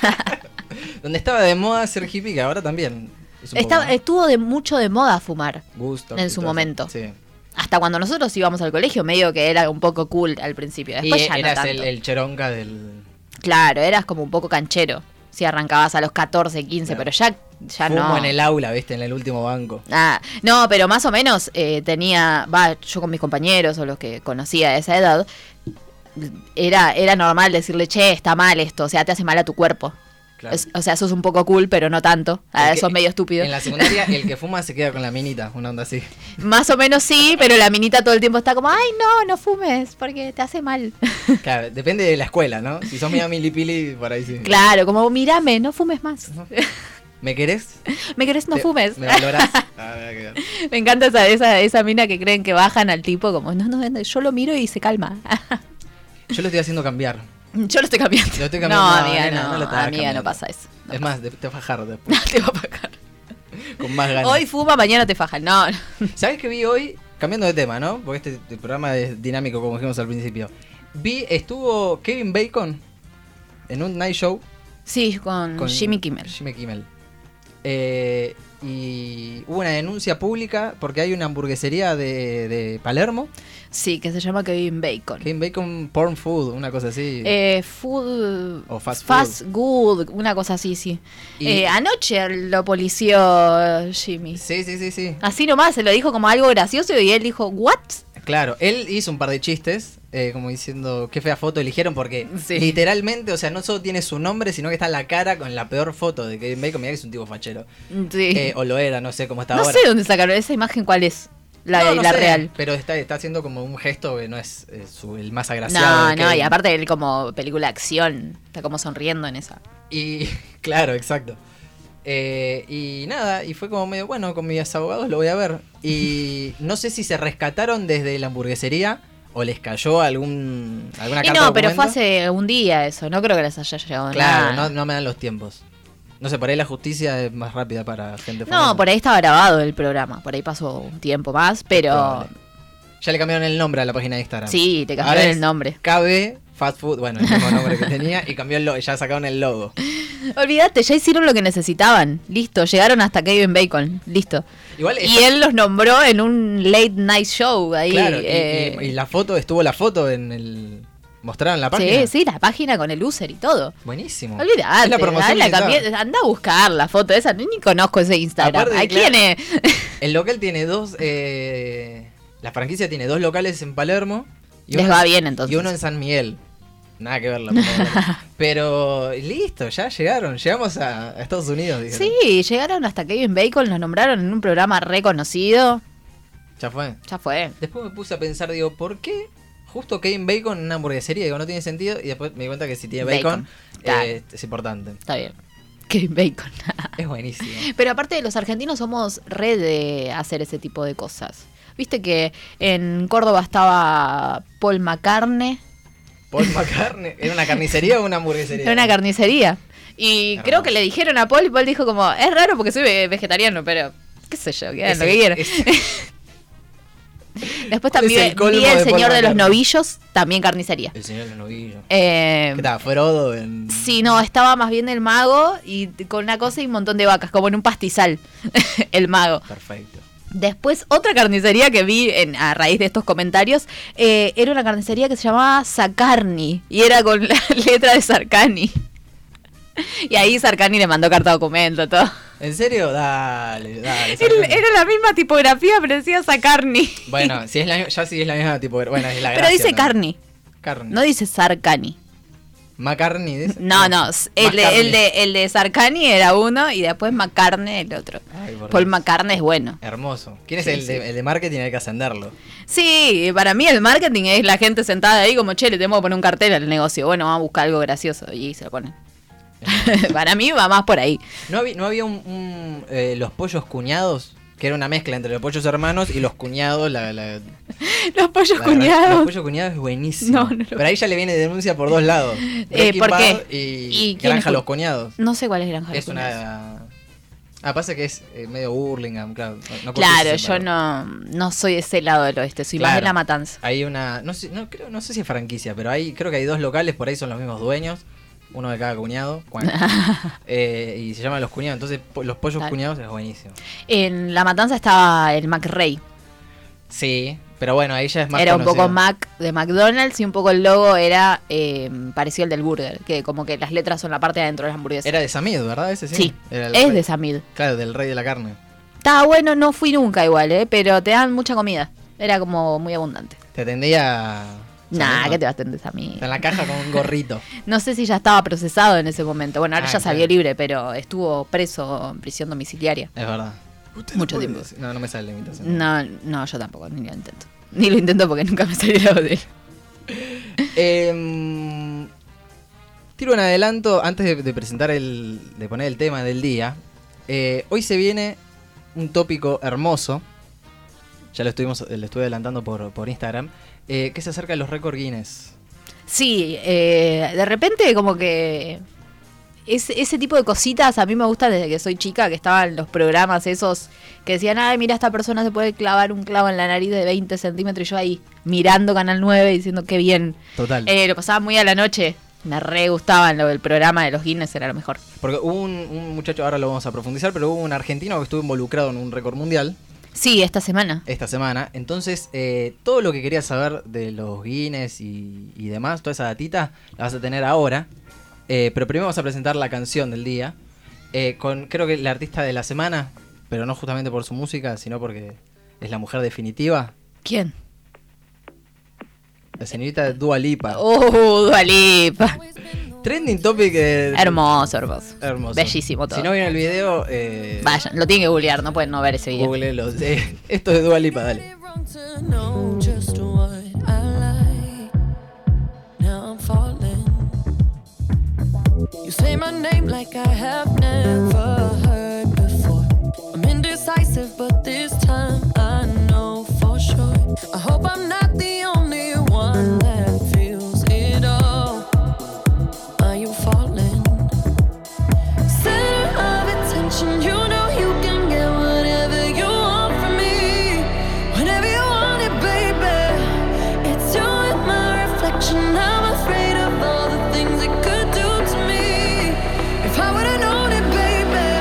Donde estaba de moda ser hippie, que ahora también. Es un Estaba- poco, estuvo de mucho de moda fumar. gusto. en y su todo eso. momento. Sí. Hasta cuando nosotros íbamos al colegio, medio que era un poco cool al principio. Después y ya no eras tanto. el, el cheronca del... Claro, eras como un poco canchero. Si arrancabas a los catorce, quince, Claro. pero ya, ya Fumo no. en el aula, viste, en el último banco. Ah, no, pero más o menos eh, tenía, va, yo con mis compañeros o los que conocía de esa edad, era, era normal decirle, che, está mal esto, o sea, te hace mal a tu cuerpo. Claro. Es- o sea, sos un poco cool, pero no tanto. Ah, El que- sos medio estúpido. En la secundaria, el que fuma se queda con la minita, una onda así. Más o menos sí, pero la minita todo el tiempo está como, ay, no, no fumes, porque te hace mal. Claro, depende de la escuela, ¿no? Si sos medio milipili, por ahí sí. Claro, como, mírame, no fumes más. ¿Me querés? ¿Me querés? No ¿Te- fumes. ¿Me valorás? Ah, me voy a quedar. Me encanta esa, esa, esa mina que creen que bajan al tipo como, no, no, no, yo lo miro y se calma. Yo lo estoy haciendo cambiar. Yo lo estoy cambiando. Lo estoy cambiando. No, No, amiga, nena, no, no lo estás amiga, cambiando. no pasa eso. No Es pasa. más, de- te fajar después. No te va a pagar. Con más ganas. Hoy fuma, mañana te fajan. No, no. ¿Sabes qué vi hoy? Cambiando de tema, ¿no? Porque este, este programa es dinámico, como dijimos al principio. Vi, estuvo Kevin Bacon en un night show Sí, con, con Jimmy Kimmel. Jimmy Kimmel. Eh, y hubo una denuncia pública porque hay una hamburguesería de, de Palermo. Sí, que se llama Kevin Bacon. Kevin Bacon Porn Food, una cosa así. Eh, food. O fast good, una cosa así, sí. Y- Eh, anoche lo polició Jimmy. Sí, sí, sí, sí. Así nomás, se lo dijo como algo gracioso y él dijo, ¿what? Claro, él hizo un par de chistes, eh, como diciendo qué fea foto eligieron, porque Sí. literalmente, o sea, no solo tiene su nombre, sino que está la cara con la peor foto de Kevin Bacon. Mirá que es un tipo fachero. Sí. Eh, o lo era, no sé cómo está no ahora. sé dónde sacaron esa imagen, cuál es. La, No, no la sé, real. Pero está, está haciendo como un gesto que no es eh, su- el más agraciado. No, de no, y Kevin. aparte él como película de acción, está como sonriendo en esa. Y claro, exacto. Eh, y nada, y fue como medio, bueno, con mis abogados lo voy a ver. Y no sé si se rescataron desde la hamburguesería o les cayó algún alguna Y carta no, pero documento. fue hace un día eso, no creo que les haya llegado Claro, nada. no, no me dan los tiempos. No sé, por ahí la justicia es más rápida para gente No, famosa. por ahí estaba grabado el programa, por ahí pasó un tiempo más, pero probable. Ya le cambiaron el nombre a la página de Instagram. sí, te Ahora cambiaron es el nombre. K B Fast Food, bueno, el mismo nombre que tenía, y cambió el logo, ya sacaron el logo. Olvídate, ya hicieron lo que necesitaban, listo, llegaron hasta Kevin Bacon, listo. Igual Y él los nombró en un late night show ahí. claro, y- eh, y, y la foto, estuvo la foto en el... ¿Mostraron la página? sí, sí, la página con el user y todo. Buenísimo. Olvídate, Es la promoción la que necesitaba. cambié- anda a buscar la foto esa, ni conozco ese Instagram. Aparte, ¿A quién claro. es? El local tiene dos... Eh, la franquicia tiene dos locales en Palermo. Y Les uno- va bien entonces. Y uno en San Miguel. Nada que ver la puta. Pero listo, ya llegaron. Llegamos a, a Estados Unidos. Dijeron. Sí, llegaron hasta Kevin Bacon, los nombraron en un programa reconocido. Ya fue. Ya fue. Después me puse a pensar, digo, ¿por qué justo Kevin Bacon en una hamburguesería? Digo, no tiene sentido. Y después me di cuenta que si tiene bacon, Bacon. Claro. eh, es importante. Está bien. Kevin Bacon. Es buenísimo. Pero aparte de los argentinos somos re de hacer ese tipo de cosas. Viste que en Córdoba estaba Paul McCartney. Paul McCartney. ¿Era una carnicería o una hamburguesería? Era una carnicería. Y Es creo raro. que le dijeron a Paul y Paul dijo como, es raro porque soy ve- vegetariano, pero qué sé yo, que hagan lo que quieran. Después ¿Cuál es también el colmo vi El de Paul Señor de los McCartney? Novillos, también carnicería. El señor de los novillos. Eh, ¿Qué tal? Frodo en... sí, no, estaba más bien el mago y t- con una cosa y un montón de vacas, como en un pastizal, el mago. Perfecto. Después, otra carnicería que vi en, a raíz de estos comentarios, eh, era una carnicería que se llamaba Sacarni, y era con la letra de Sarcani. Y ahí Sarcani le mandó carta documento, todo. ¿En serio? Dale, dale. Él- Sarcani. era la misma tipografía, pero decía Sacarni. Bueno, si es la, ya sí es la misma tipo... Bueno, es la Pero gracia dice también. Carni, Carne. no dice Sarcani. McCartney, dice. No, no, s- el de, McCartney. el, de, el de Sarcani era uno y después McCartney el otro. Ay, por Paul Dios. McCartney es bueno. Hermoso. ¿Quién es Sí, el, sí. De, el de marketing? Hay que ascenderlo. Sí, para mí el marketing es la gente sentada ahí como, che, le tengo que poner un cartel al negocio. Bueno, vamos a buscar algo gracioso y se lo ponen. Para mí va más por ahí. ¿No había, no había un, un, eh, los pollos cuñados? Que era una mezcla entre los pollos hermanos y los cuñados. La, la, Los pollos la- cuñados. Los pollos cuñados es buenísimo. No, no lo- Pero ahí ya le viene denuncia por dos lados. Eh, Breaking ¿por qué? Bad Y, ¿Y quién Granja es cu- Los Cuñados. No sé cuál es Granja de Es Cuñados. una... Ah, pasa que es eh, medio Burlingame, claro. No, no Claro, curtís ese yo palo. no, no soy de ese lado del oeste, soy más Claro. de La Matanza. Hay una... No sé, no, creo, no sé si es franquicia, pero hay, creo que hay dos locales, por ahí son los mismos dueños. Uno de cada cuñado. Bueno. Eh, y se llaman Los Cuñados. Entonces, po- los pollos Claro. cuñados es buenísimo. En La Matanza estaba el McRae. Sí, pero bueno, ahí ya es más Era un conocido. poco Mac de McDonald's y un poco el logo era eh, parecido al del burger, que como que las letras son la parte de adentro de las hamburguesas. Era de Samid, ¿verdad? Ese sí. Sí, Era el es rey- de Samid. Claro, del rey de la carne. Estaba bueno, no fui nunca igual, ¿eh? Pero te dan mucha comida. Era como muy abundante. Te atendía... Nah, Samid, ¿qué te vas a atender Samid? Está en la caja con un gorrito. No sé si ya estaba procesado en ese momento. Bueno, ahora Ah, ya claro. salió libre, pero estuvo preso en prisión domiciliaria. Es verdad. Mucho tiempo. No, no me sale la imitación. No, no, yo tampoco, ni lo intento. Ni lo intento porque nunca me salió la voz de él. Eh, tiro un adelanto antes de, de presentar el. de poner el tema del día. Eh, hoy se viene un tópico hermoso. Ya lo estuvimos, lo estuve adelantando por, por Instagram. Eh, que se acerca a los récord Guinness. Sí, eh, de repente como que es, ese tipo de cositas a mí me gusta desde que soy chica, que estaban los programas esos que decían, ay, mira, esta persona se puede clavar un clavo en la nariz de veinte centímetros y yo ahí mirando Canal nueve diciendo qué bien. Total. Eh, lo pasaba muy a la noche, me re gustaban, lo del programa de los Guinness era lo mejor. Porque hubo un, un muchacho, ahora lo vamos a profundizar, pero hubo un argentino que estuvo involucrado en un récord mundial Sí, esta semana. esta semana. Entonces, eh, todo lo que querías saber de los Guinness y, y demás, toda esa datita, la vas a tener ahora. Eh, pero primero vamos a presentar la canción del día. Eh, con, creo que la artista de la semana, pero no justamente por su música, sino porque es la mujer definitiva. ¿Quién? La señorita Dua Lipa. Oh, Dua Lipa. Trending topic. eh, Hermoso, hermoso. hermoso. Bellísimo todo. Si no vieron el video, eh, Vayan, lo tienen que googlear, no pueden no ver ese video. googlelo. Eh, esto es Dua Lipa, dale. Wrong to know just what I like. Now I'm falling. You say my name like I have never heard before. I'm indecisive, but this time I know for sure. I hope I'm not the only one that feels it all. Are you falling? Center of attention, you know you can get whatever you want from me. Whenever you want it, baby. It's you and my reflection. I'm afraid of all the things it could do to me. If I would've known it, baby.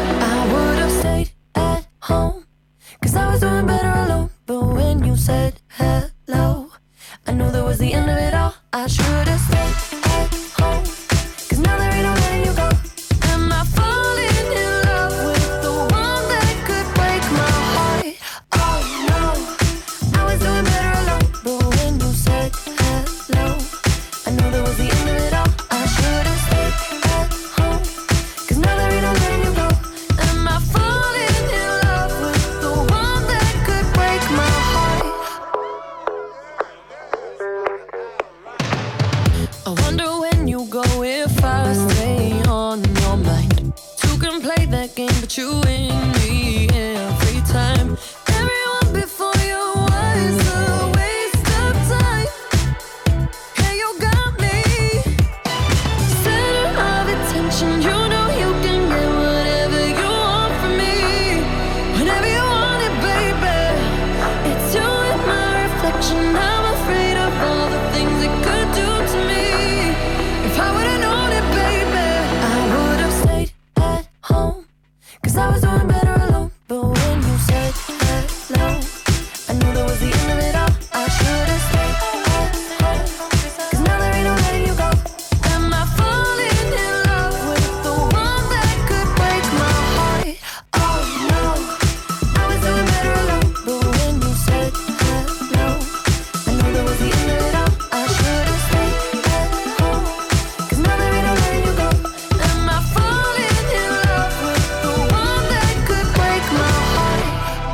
I wonder when you go if I stay on your mind. Two can play that game, but you win me every time. Everyone before you was a waste of time. Hey, you got me. Center of attention, you know you can get whatever you want from me. Whenever you want it, baby. It's you and my reflection. I'm afraid of all the things it could do to me. If I would've known it, baby, I would've stayed at home. Cause I was doing better alone. But when you said hello, I knew that was the end of it all. I should've stayed at home. Cause now there ain't no letting you go. Am I falling in love with the one that could break my heart? Oh no, I was doing better alone. But when you said hello, I knew that was the end of it all. I should've stayed at home. Cause now there ain't no letting you go. Am I falling in love with the one that could break my heart?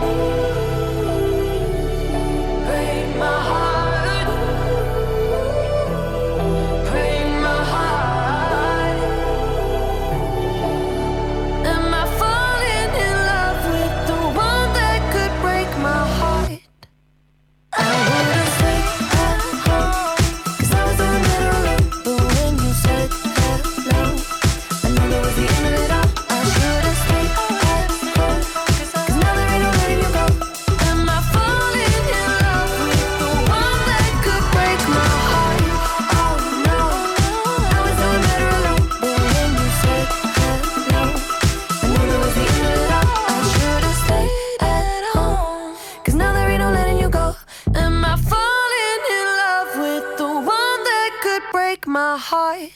Break my heart. Break my heart. Am I falling in love with the one that could break my heart? I would've stayed at home. Cause I was doing better alone. But when you said hello, I knew that was the end of it all. I should've stayed at home. Cause now there ain't no letting you go. Am I falling in love with the one that could break my heart? Oh no, I was doing better alone. But when you said hello, I knew that was the end of it all. I should've stayed at home. Cause now there ain't no letting you go. Am I falling in love with the one that could break my heart?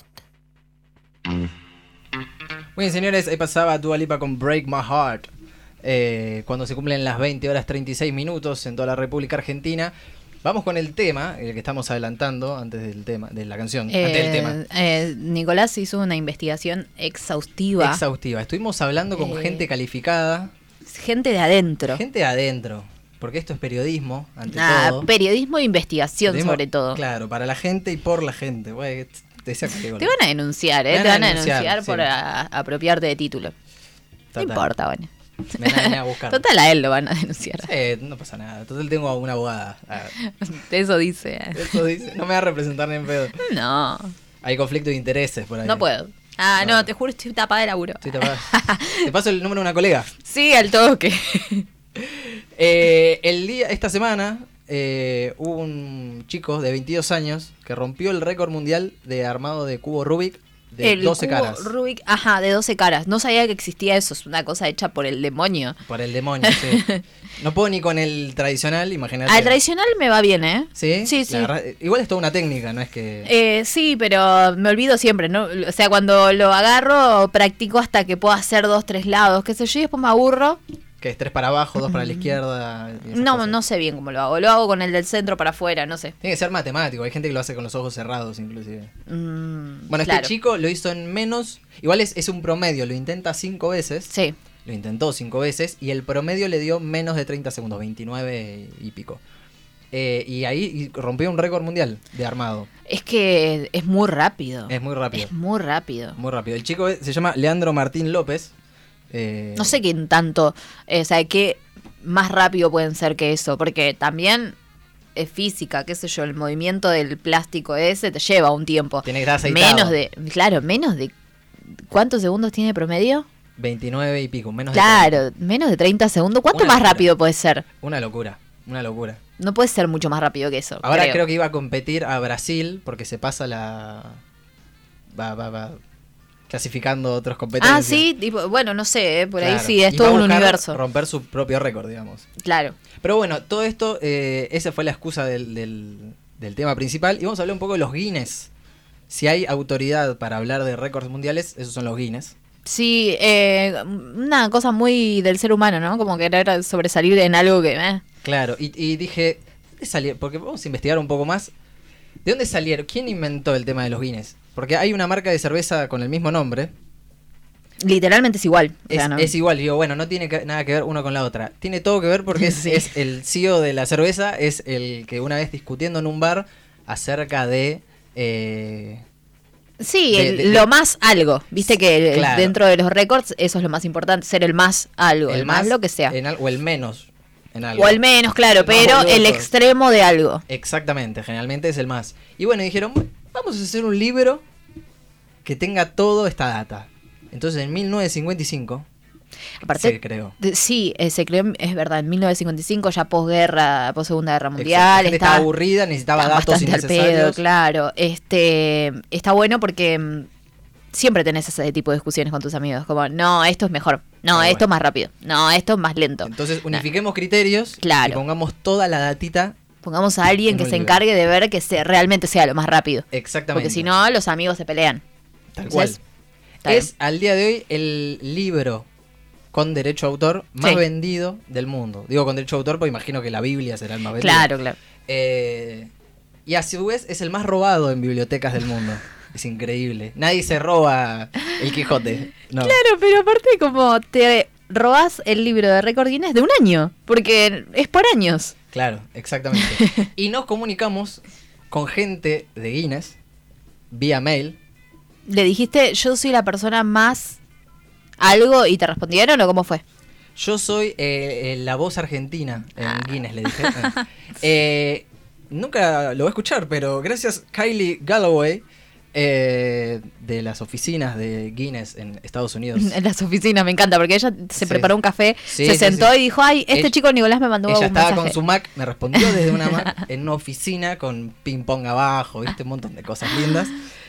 Muy bien, señores, ahí pasaba Dua Lipa con Break My Heart. Eh, cuando se cumplen las veinte horas treinta y seis minutos en toda la República Argentina. Vamos con el tema, el que estamos adelantando antes del tema, de la canción, Eh, antes del tema. eh, Nicolás hizo una investigación exhaustiva. Exhaustiva. Estuvimos hablando con Eh, gente calificada, Gente de adentro. gente de adentro, porque esto es periodismo, ante Ah, todo. periodismo e investigación, Periodismo, sobre todo. Claro, para la gente y por la gente. Güey, decía que Te van a denunciar, ¿eh? Me Te van a denunciar, denunciar sí. por a- apropiarte de título. Total. No importa, bueno. Me van a venir a buscar. Total, a él lo van a denunciar. Eh, no pasa nada. Total, tengo a una abogada. Ah, Eso dice. ¿eh? eso dice. No me va a representar ni en pedo. No, Hay conflicto de intereses por ahí. no puedo. Ah, no, No. te juro, estoy tapada de laburo. Sí, te, pa- te paso el número de una colega. Sí, al toque. Eh, el día, esta semana eh, hubo un chico de veintidós años que rompió el récord mundial de armado de cubo Rubik de El doce cubo caras. Rubik, ajá, de doce caras. No sabía que existía eso, es una cosa hecha por el demonio. Por el demonio, sí. No puedo ni con el tradicional, imagínate. Al tradicional me va bien, ¿eh? ¿Sí? Sí, La sí. agarra- Igual es toda una técnica, no es que... Eh, sí, pero me olvido siempre, ¿no? O sea, cuando lo agarro, practico hasta que puedo hacer dos, tres lados, qué sé yo, y después me aburro. Que es tres para abajo, dos para la izquierda. y esas No, cosas. no sé bien cómo lo hago. Lo hago con el del centro para afuera, no sé. Tiene que ser matemático, hay gente que lo hace con los ojos cerrados inclusive. Mm, Bueno, claro. este chico lo hizo en menos... Igual es, es un promedio, lo intenta cinco veces. Sí. Lo intentó cinco veces y el promedio le dio menos de treinta segundos, veintinueve y pico. Eh, y ahí y rompió un récord mundial de armado. Es que es muy rápido. Es muy rápido. Es muy rápido. Muy rápido. El chico se llama Leandro Martín López. Eh, No sé quién tanto, eh, o sea, qué más rápido pueden ser que eso, porque también es física, qué sé yo, el movimiento del plástico ese te lleva un tiempo. Tiene grasa aceitado. Menos de, claro, menos de, ¿cuántos segundos tiene promedio? veintinueve y pico, menos de Claro, menos de treinta segundos. ¿Cuánto Una más locura. rápido puede ser? treinta. Una locura, una locura. No puede ser mucho más rápido que eso. Ahora creo. creo que iba a competir a Brasil porque se pasa la... Va, va, va clasificando otras competencias. Ah, sí, tipo, bueno, no sé, eh, por ahí Claro. sí, es Y todo va a un buscar universo. romper su propio récord, digamos. Claro. Pero bueno, todo esto, eh, esa fue la excusa del, del, del tema principal. Y vamos a hablar un poco de los Guinness. Si hay autoridad para hablar de récords mundiales, esos son los Guinness. Sí, eh, una cosa muy del ser humano, ¿no? Como querer sobresalir en algo que... eh. Claro, y, y dije, ¿de dónde salieron? Porque vamos a investigar un poco más. ¿De dónde salieron? ¿Quién inventó el tema de los Guinness? Porque hay una marca de cerveza con el mismo nombre. Literalmente es igual. o Es, sea, ¿no? es igual, digo, bueno, no tiene que- nada que ver uno con la otra. Tiene todo que ver porque es, Sí. es el C E O de la cerveza, es el que una vez discutiendo en un bar acerca de Eh, Sí, de- el- de- de- lo más algo. Viste que Claro. dentro de los récords eso es lo más importante, ser el más algo, el, más, lo que sea. en al- o el menos en algo. O el menos, claro, El más pero boludo el de todo. extremo de algo. Exactamente, generalmente es el más. Y bueno, dijeron, "Bueno, vamos a hacer un libro que tenga toda esta data". Entonces en mil novecientos cincuenta y cinco Aparte, se creó. de- sí, eh, se creó, es verdad, en mil novecientos cincuenta y cinco, ya posguerra, pos Segunda Guerra Exacto, la Mundial. gente Estaba, estaba aburrida, necesitaba estaba datos bastante al pedo, innecesarios. claro. Este, está bueno porque mm, siempre tenés ese tipo de discusiones con tus amigos. Como, no, esto es mejor. No, Ah, esto bueno. es más rápido. No, esto es más lento. Entonces unifiquemos criterios Claro. y pongamos toda la datita. Pongamos a alguien En que un se libro. encargue de ver que se, realmente sea lo más rápido. Exactamente. Porque si no, los amigos se pelean. Tal Entonces, cual. está Es al día de hoy el libro con derecho a autor más Sí. vendido del mundo. Digo con derecho a autor porque imagino que la Biblia será el más vendido. Claro, claro. Eh, y a su vez es el más robado en bibliotecas del mundo. Es increíble. Nadie se roba el Quijote. No. Claro, pero aparte como te robás el libro de récord Guinness de un año, porque es por años. Claro, exactamente. Y nos comunicamos con gente de Guinness vía mail. Le dijiste, yo soy la persona más algo y te respondieron o cómo fue. Yo soy eh, eh, la voz argentina en Guinness, le dije. Ah. Eh, nunca lo voy a escuchar, pero gracias Kylie Galloway, eh, de las oficinas de Guinness en Estados Unidos. En las oficinas, me encanta, porque ella se Sí. preparó un café, Sí, se sí, sentó sí. y dijo, ay, este Ella- chico Nicolás me mandó Ella un estaba mensaje. con su Mac, me respondió desde una Mac en una oficina con ping pong abajo, viste, un montón de cosas lindas.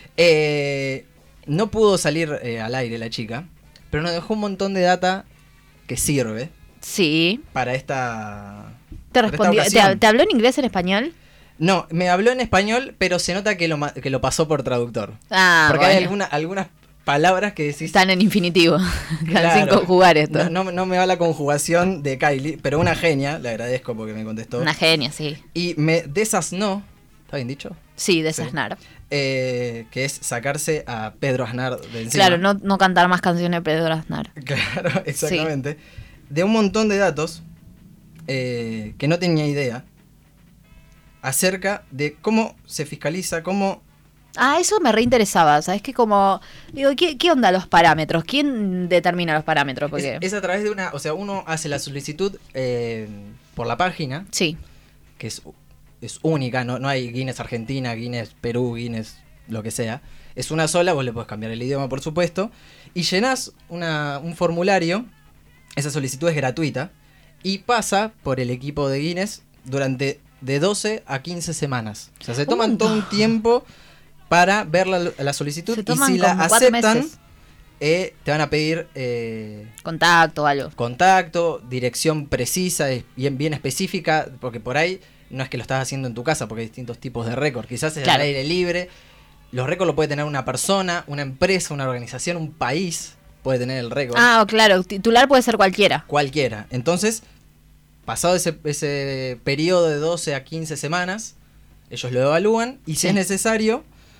Eh, no pudo salir eh, al aire la chica, pero nos dejó un montón de data que sirve Sí. para esta... Te para esta respondió, te, ocasión. ¿te habló en inglés, en español? No, me habló en español, pero se nota que lo, ma- que lo pasó por traductor. Ah, Porque hay bueno. alguna- algunas palabras que decís... Están en infinitivo. claro, Están sin conjugar esto. No, no, no me va la conjugación de Kylie, pero una genia, le agradezco porque me contestó. Una genia, sí. Y me desasnó, ¿está bien dicho? Sí, de Sí. Aznar. Eh, que es sacarse a Pedro Aznar de encima. Claro, no, no cantar más canciones de Pedro Aznar. Claro, exactamente. De un montón de datos eh, que no tenía idea acerca de cómo se fiscaliza, cómo... Ah, eso me reinteresaba, ¿sabes? Que como, digo, ¿qué, qué onda los parámetros? ¿Quién determina los parámetros? Porque... Es, es a través de una... O sea, uno hace la solicitud eh, por la página, Sí, que es, es única, no, no hay Guinness Argentina, Guinness Perú, Guinness lo que sea. Es una sola, vos le podés cambiar el idioma, por supuesto, y llenás una, un formulario, esa solicitud es gratuita, y pasa por el equipo de Guinness durante de doce a quince semanas. O sea, se toman Uh. todo un tiempo para ver la, la solicitud, Se y toman si la como cuatro aceptan, meses. eh, te van a pedir... Eh, contacto o algo. contacto, dirección precisa, y bien, bien específica, porque por ahí no es que lo estás haciendo en tu casa, porque hay distintos tipos de récord. Quizás es Claro. al aire libre. Los récords lo puede tener una persona, una empresa, una organización, un país puede tener el récord. Ah, claro, titular puede ser cualquiera. Cualquiera. Entonces, pasado ese, ese periodo de doce a quince semanas, ellos lo evalúan y si Sí. es necesario,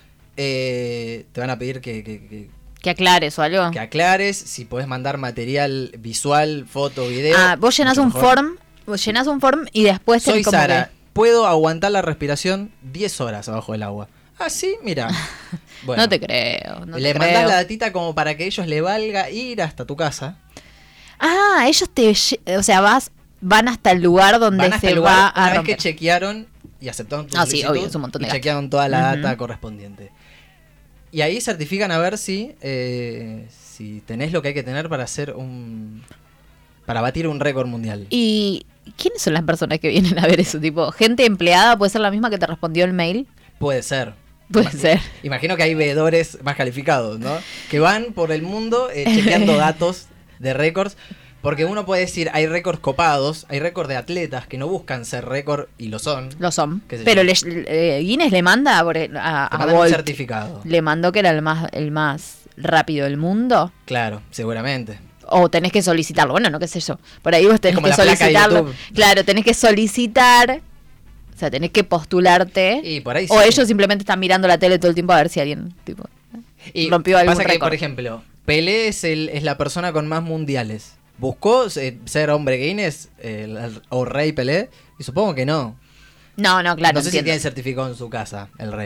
eh, te van a pedir que, que- que- Que aclares o algo. que aclares, si podés mandar material visual, foto, video. Ah, vos llenás mucho un mejor. form, vos llenás un form y después Soy tenés como Sara, que... puedo aguantar la respiración diez horas abajo del agua. Ah, sí, mira. Bueno, No te creo, no le te mandás creo. la datita como para que a ellos le valga ir hasta tu casa. Ah, ellos te... lle- O sea, vas, van hasta el lugar donde Van hasta se el lugar va una a vez romper. que chequearon y aceptaron tu Ah, sí, solicitud obvio, es un montón de y gasto. chequearon toda la data Ujú. correspondiente. Y ahí certifican a ver si, eh, si tenés lo que hay que tener para hacer un... para batir un récord mundial. ¿Y quiénes son las personas que vienen a ver eso? Tipo, gente empleada puede ser la misma que te respondió el mail. Puede ser. Puede Ima- ser. Imagino que hay veedores más calificados, ¿no? Que van por el mundo eh, chequeando datos de récords. Porque uno puede decir, hay récords copados, hay récords de atletas que no buscan ser récord y lo son. Lo son. ¿Qué sé Pero yo? le- eh, Guinness le manda por el- a, Te a mandan un Bolt. certificado. Le mandó que era el más, el más rápido del mundo. Claro, seguramente. O tenés que solicitarlo. Bueno, no qué sé yo. Por ahí vos tenés como que la placa de solicitarlo. YouTube. Claro, tenés que solicitar. O sea, tenés que postularte. Y por ahí O sí. ellos simplemente están mirando la tele todo el tiempo a ver si alguien tipo Y rompió algún pasa que, récord. por ejemplo, Pelé es, el, es la persona con más mundiales. ¿Buscó eh, ser hombre Guinness eh, el- o rey Pelé? Y supongo que no. No, no, claro, no sé si entiendo. tiene certificado en su casa el rey.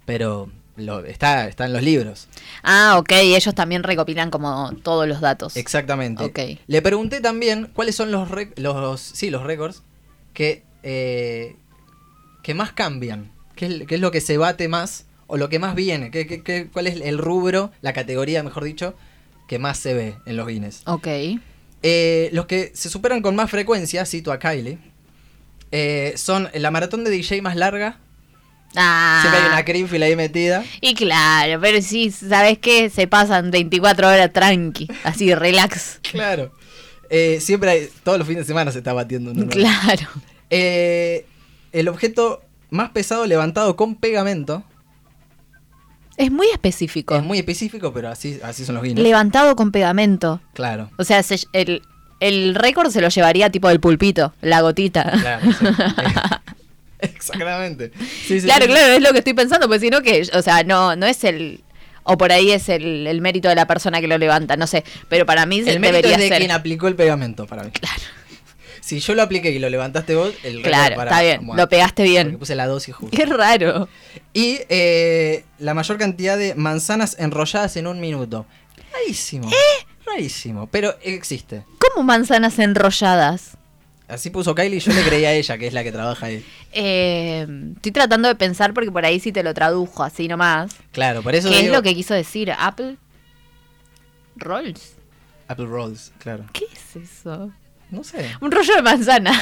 pero lo, está, está en los libros. Ah, ok, ellos también recopilan como todos los datos. Exactamente. Ok. Le pregunté también cuáles son los, rec- los sí, los récords que, eh, que más cambian. ¿Qué es, qué es lo que se bate más o lo que más viene? ¿Qué, qué, qué, ¿Cuál es el rubro, la categoría, mejor dicho, que más se ve en los Guinness? Ok. Eh, los que se superan con más frecuencia, cito a Kylie, eh, son la maratón de D J más larga. Ah. Siempre hay una Creamfield ahí metida. Y claro, pero sí, ¿sabes qué? Se pasan veinticuatro horas tranqui, así, relax. Claro. Eh, siempre hay, todos los fines de semana se está batiendo uno nuevo. Claro. Eh, el objeto más pesado levantado con pegamento. Es muy específico. Es muy específico, pero así, así son los Guinness. Levantado con pegamento. Claro. O sea, se- el, el récord se lo llevaría tipo del pulpito, la gotita. Claro, sí. Exactamente. Sí, sí, Claro, sí. claro, es lo que estoy pensando, pues si no que, o sea, no, no es el, o por ahí es el, el mérito de la persona que lo levanta, no sé, pero para mí se El mérito debería es de ser. quien aplicó el pegamento para mí. Claro. Si yo lo apliqué y lo levantaste vos, el récord Claro, para, está bien, bueno, lo pegaste porque bien. puse la dosis justa. Qué raro. Y eh, la mayor cantidad de manzanas enrolladas en un minuto. Rarísimo. ¿Eh? Rarísimo, pero existe. ¿Cómo manzanas enrolladas? Así puso Kylie y yo le creí a ella, que es la que trabaja ahí. Eh, estoy tratando de pensar porque por ahí sí te lo tradujo así nomás. Claro, por eso ¿Qué es digo... lo que quiso decir? ¿Apple? ¿Rolls? Apple Rolls, claro. ¿Qué es eso? No sé. Un rollo de manzana.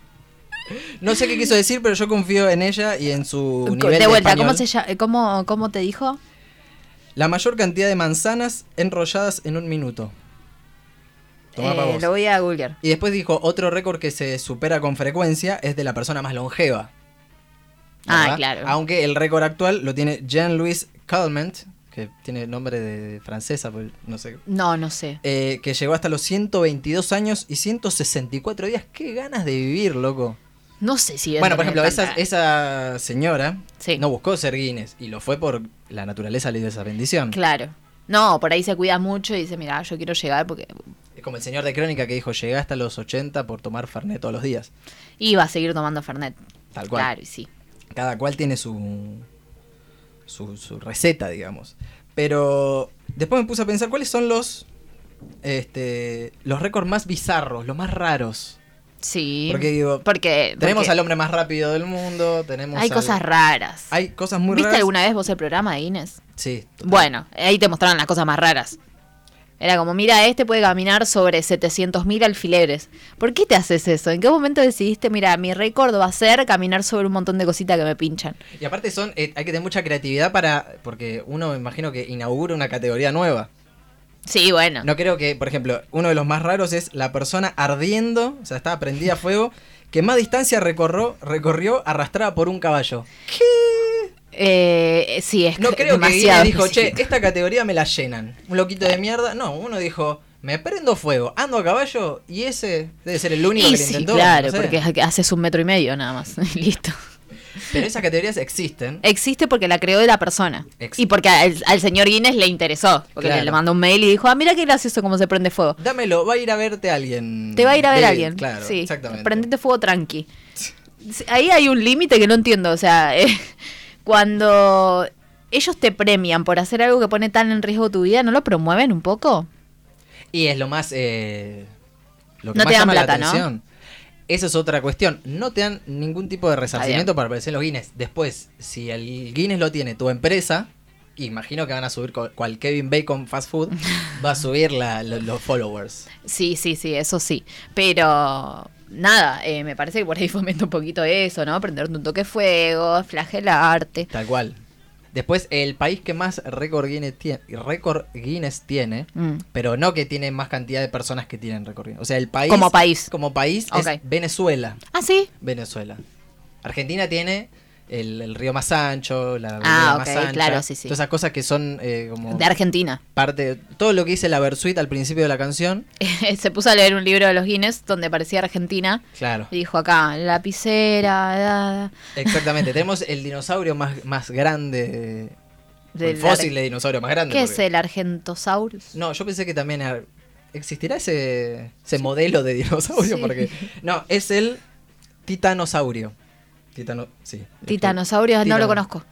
No sé qué quiso decir, pero yo confío en ella y en su nivel de de vuelta, español. ¿cómo, se llama, cómo, ¿cómo te dijo? La mayor cantidad de manzanas enrolladas en un minuto. Tomá pa' Eh, vos. lo voy a googlear. Y después dijo, otro récord que se supera con frecuencia es de la persona más longeva. Ah, ¿verdad? claro. Aunque el récord actual lo tiene Jean-Louis Calment, que tiene nombre de francesa, pues, no sé. No, no sé. Eh, que llegó hasta los ciento veintidós años y ciento sesenta y cuatro días. ¡Qué ganas de vivir, loco! No sé si... Bueno, por ejemplo, esa esa, esa señora Sí. no buscó ser Guinness y lo fue por la naturaleza le dio esa bendición. Claro. No, por ahí se cuida mucho y dice, mira, yo quiero llegar porque Es como el señor de Crónica que dijo, llegué hasta los ochenta por tomar Fernet todos los días. iba a seguir tomando Fernet. Tal cual. Claro, y sí. Cada cual tiene su, su, su receta, digamos. Pero después me puse a pensar cuáles son los, este, los récords más bizarros, los más raros. Sí. Porque digo, Porque... tenemos porque al hombre más rápido del mundo, tenemos hay al- cosas raras. Hay cosas muy ¿Viste raras. alguna vez vos el programa de Inés? Sí. total. Bueno, ahí te mostraron las cosas más raras. Era como, mira, este puede caminar sobre setecientos mil alfileres. ¿Por qué te haces eso? ¿En qué momento decidiste, mira, mi récord va a ser caminar sobre un montón de cositas que me pinchan? Y aparte son, eh, hay que tener mucha creatividad para, porque uno me imagino que inaugura una categoría nueva. Sí, bueno. No creo que, por ejemplo, uno de los más raros es la persona ardiendo, o sea, estaba prendida a fuego, que más distancia recorrió, recorrió arrastrada por un caballo. Eh, sí, es No que- creo que demasiado Guinness dijo, che, específico. esta categoría me la llenan. Un loquito de mierda. No, uno dijo, me prendo fuego, ando a caballo y ese debe ser el único Y que lo sí, intentó. claro, no sé. porque haces un metro y medio nada más. y Listo. Pero esas categorías existen. Existe porque la creó de la persona. Ex- Y porque al, al señor Guinness le interesó. Porque Claro. le, le mandó un mail y dijo, ah, mira qué gracioso cómo se prende fuego. Dámelo, va a ir a verte alguien. Te va a ir a ver David, alguien. Claro, sí, exactamente. prendete fuego tranqui. Sí, ahí hay un límite que no entiendo. O sea, eh, cuando ellos te premian por hacer algo que pone tan en riesgo tu vida, ¿no lo promueven un poco? Y es lo más. Eh, lo que No más te dan llama plata, la ¿no? atención. Esa es otra cuestión. No te dan ningún tipo de resarcimiento para aparecer en los Guinness. Después, si el Guinness lo tiene tu empresa, imagino que van a subir co- cual Kevin Bacon Fast Food, va a subir la- lo- los followers. Sí, sí, sí, eso sí. Pero nada, eh, me parece que por ahí fomenta un poquito eso, ¿no? Prenderte un toque de fuego, flagelarte. Tal cual. Después, el país que más récord Guinness tiene, récord Guinness tiene, Mm. pero no que tiene más cantidad de personas que tienen récord Guinness. O sea, el país. Como país. Como país Ok. es Venezuela. Ah, sí. Venezuela. Argentina tiene el, el río más ancho, la Ah, avenida ok, más ancha. claro, sí, sí. Todas esas cosas que son eh, como De Argentina. parte de todo lo que dice la Versuit al principio de la canción. Se puso a leer un libro de los Guinness donde parecía Argentina. Claro, Y dijo acá, lapicera, da, exactamente. Tenemos el dinosaurio más, más grande, del el fósil ar- de dinosaurio más grande. ¿Qué es porque- el Argentosaurus? No, yo pensé que también era- existirá ese, ese modelo de dinosaurio, Sí. porque no, es el titanosaurio. Titano, sí. Titanosaurio, no Titano- lo conozco.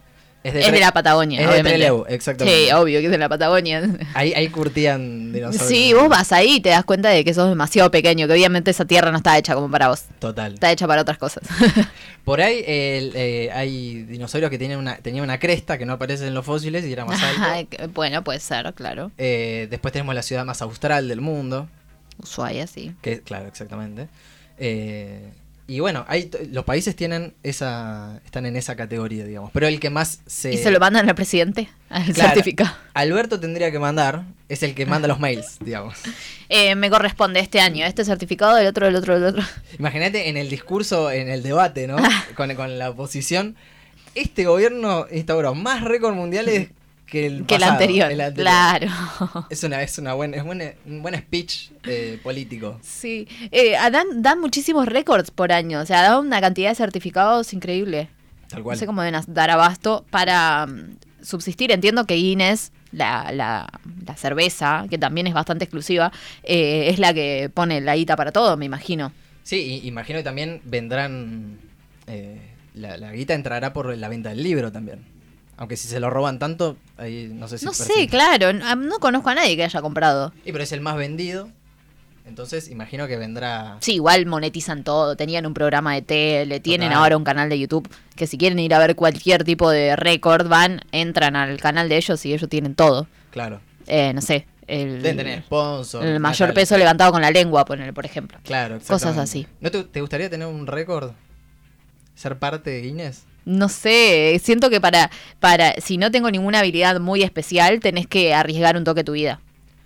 Es de, Es de la Patagonia, es de obviamente. Trelew, exactamente. Sí, obvio que es de la Patagonia. Ahí, ahí curtían dinosaurios. Sí, vos vas ahí y te das cuenta de que sos demasiado pequeño, que obviamente esa tierra no está hecha como para vos. Total. Está hecha para otras cosas. Por ahí el, eh, hay dinosaurios que tienen una, tenían una cresta que no aparece en los fósiles y era más alto. Ay, que- bueno, puede ser, claro. Eh, después tenemos la ciudad más austral del mundo. Ushuaia, sí. Que, claro, exactamente. Eh, y bueno, hay, t- los países tienen esa, están en esa categoría, digamos. Pero el que más se... ¿Y se lo mandan al presidente? Al Claro, certificado. Alberto tendría que mandar, es el que manda los mails, digamos. Eh, me corresponde este año, este certificado, el otro, el otro, el otro. Imagínate en el discurso, en el debate, ¿no? Con, con la oposición. Este gobierno instauró más récords mundiales que el Que el pasado, anterior. el anterior. Claro. Es una, es una buena, es buena- un buen speech eh, político. Sí. Eh, ah, dan, dan muchísimos récords por año. O sea, dan una cantidad de certificados increíble. Tal No cual. sé cómo deben as- dar abasto para mm, subsistir. Entiendo que Guinness, la, la, la cerveza, que también es bastante exclusiva, eh, es la que pone la guita para todo, me imagino. Sí, y imagino que también vendrán. eh, la, la guita entrará por la venta del libro también. Aunque si se lo roban tanto, ahí no sé si. No percibe- sé, claro. No, no conozco a nadie que haya comprado. Y pero es el más vendido. Entonces imagino que vendrá. Sí, igual monetizan todo, tenían un programa de tele, tienen Total. ahora un canal de YouTube, que si quieren ir a ver cualquier tipo de récord, van, entran al canal de ellos y ellos tienen todo. Claro. Eh, no sé, el, Deben tener sponsor. el mayor Natal. peso levantado con la lengua, poner, por ejemplo. Claro, Cosas exactamente. así. ¿No te, te gustaría tener un récord? ¿Ser parte de Guinness? No sé, siento que para, para, si no tengo ninguna habilidad muy especial, tenés que arriesgar un toque tu vida.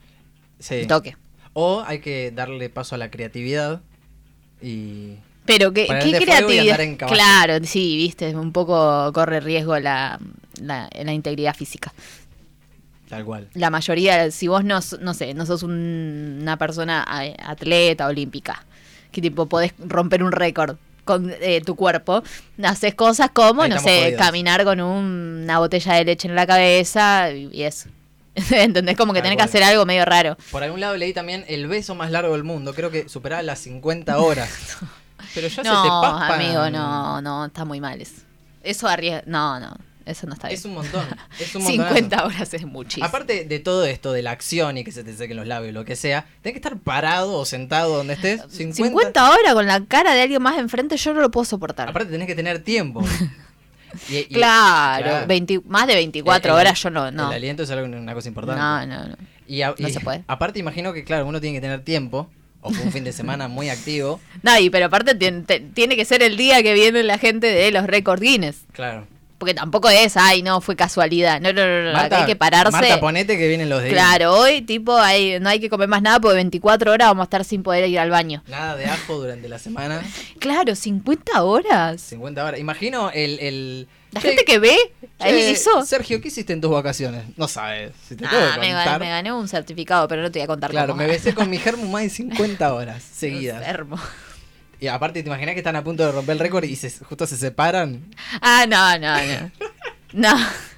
Sí. Un toque. O hay que darle paso a la creatividad y... Pero qué, Ponerte qué fuego y creatividad. andar en caballo. Claro, sí, viste, un poco corre riesgo la, la, la integridad física. Tal cual. La mayoría, si vos no, no sé, no sos un- una persona a- atleta olímpica, que tipo podés romper un récord con eh, tu cuerpo, haces cosas como, Ahí no estamos sé, jodidos. caminar con un- una botella de leche en la cabeza y, y eso. ¿Entendés? Como que Tal tenés que cual. hacer algo medio raro. Por algún lado leí también el beso más largo del mundo. Creo que superaba las cincuenta horas. Pero ya se te No, paspan. amigo, no, no, está muy mal eso. Eso arriesga, no, no, eso no está bien. Es un montón. Es un montón. cincuenta horas es muchísimo. Aparte de todo esto, de la acción y que se te sequen los labios, lo que sea, tenés que estar parado o sentado donde estés. cincuenta, cincuenta horas con la cara de alguien más enfrente, yo no lo puedo soportar. Aparte tenés que tener tiempo. Y- y- Claro, veinte más de veinticuatro El- el- horas yo no, no. El aliento es algo, una cosa importante. No, no, no. Y, a- no y se puede. aparte imagino que, claro, uno tiene que tener tiempo, o fue un fin de semana muy activo, No, y pero aparte tien- te- tiene que ser el día que viene la gente de los récords Guinness. claro. Porque tampoco es, ay, no, fue casualidad. No, no, no, no, acá hay que pararse. Marta, ponete que vienen los de... Claro, hoy, tipo, hay, no hay que comer más nada porque veinticuatro horas vamos a estar sin poder ir al baño. Nada de ajo durante la semana, Claro, cincuenta horas. cincuenta horas. Imagino el... el La Che, gente que ve, ahí che, eso. Sergio, ¿qué hiciste en tus vacaciones? No sabes, si te tengo Ah, que me, contar. gané, me gané un certificado, pero no te voy a contar Claro, cómo. me besé con mi germo más de cincuenta horas seguidas. Enfermo. Y aparte, ¿te imaginas que están a punto de romper el récord y se, justo se separan? Ah, no, no, no. No.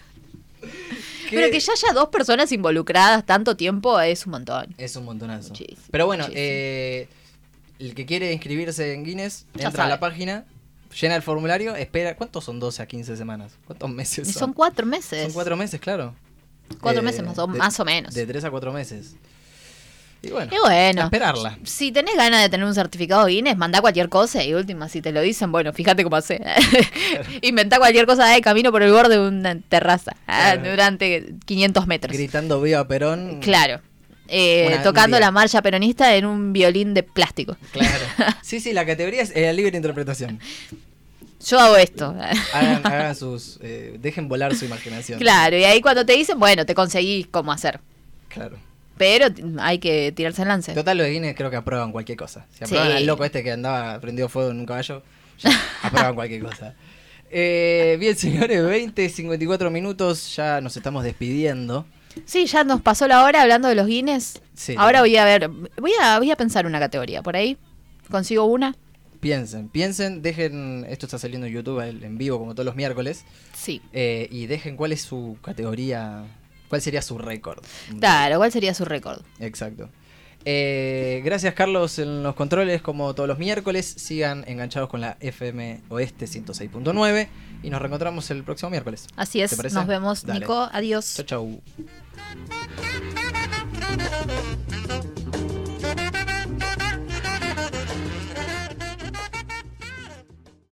¿Qué? Pero que ya haya dos personas involucradas tanto tiempo es un montón. Es un montonazo. Muchísimo, Pero bueno, muchísimo. eh, el que quiere inscribirse en Guinness, Ya entra a sabe. la página, llena el formulario, espera. ¿Cuántos son doce a quince semanas? ¿Cuántos meses Y son? son cuatro meses. Son cuatro meses, claro. Cuatro Eh, meses más o, de- más o menos. De tres a cuatro meses. Y bueno, Y bueno, a esperarla. si tenés ganas de tener un certificado Guinness, mandá cualquier cosa y última, si te lo dicen, bueno, fíjate cómo hace. Inventá cualquier cosa de camino por el borde de una terraza ah, Claro. durante quinientos metros. Gritando viva Perón. Claro. Eh, Una- un tocando día. la marcha peronista en un violín de plástico. Claro. Sí, sí, la categoría es eh, libre interpretación. Yo hago esto. Hagan, hagan sus... eh, dejen volar su imaginación. Claro, y ahí cuando te dicen, bueno, te conseguís cómo hacer. Claro. Pero t- hay que tirarse el lance. Total, los de Guinness creo que aprueban cualquier cosa. Si aprueban Sí. al loco este que andaba prendido fuego en un caballo, ya aprueban cualquier cosa. Eh, bien, señores, veinte, cincuenta y cuatro minutos, ya nos estamos despidiendo. Sí, ya nos pasó la hora hablando de los Guinness. Sí. Ahora voy a ver, voy a, voy a pensar una categoría. Por ahí consigo una. Piensen, piensen, dejen, esto está saliendo en YouTube el- en vivo como todos los miércoles, Sí. eh, y dejen cuál es su categoría, cuál sería su récord. Claro, ¿cuál sería su récord? Exacto. Eh, gracias, Carlos, en los controles, como todos los miércoles. Sigan enganchados con la F M Oeste ciento seis punto nueve. Y nos reencontramos el próximo miércoles. Así es, ¿Te parece? nos vemos, Dale. Nico. Adiós. Chau, chau.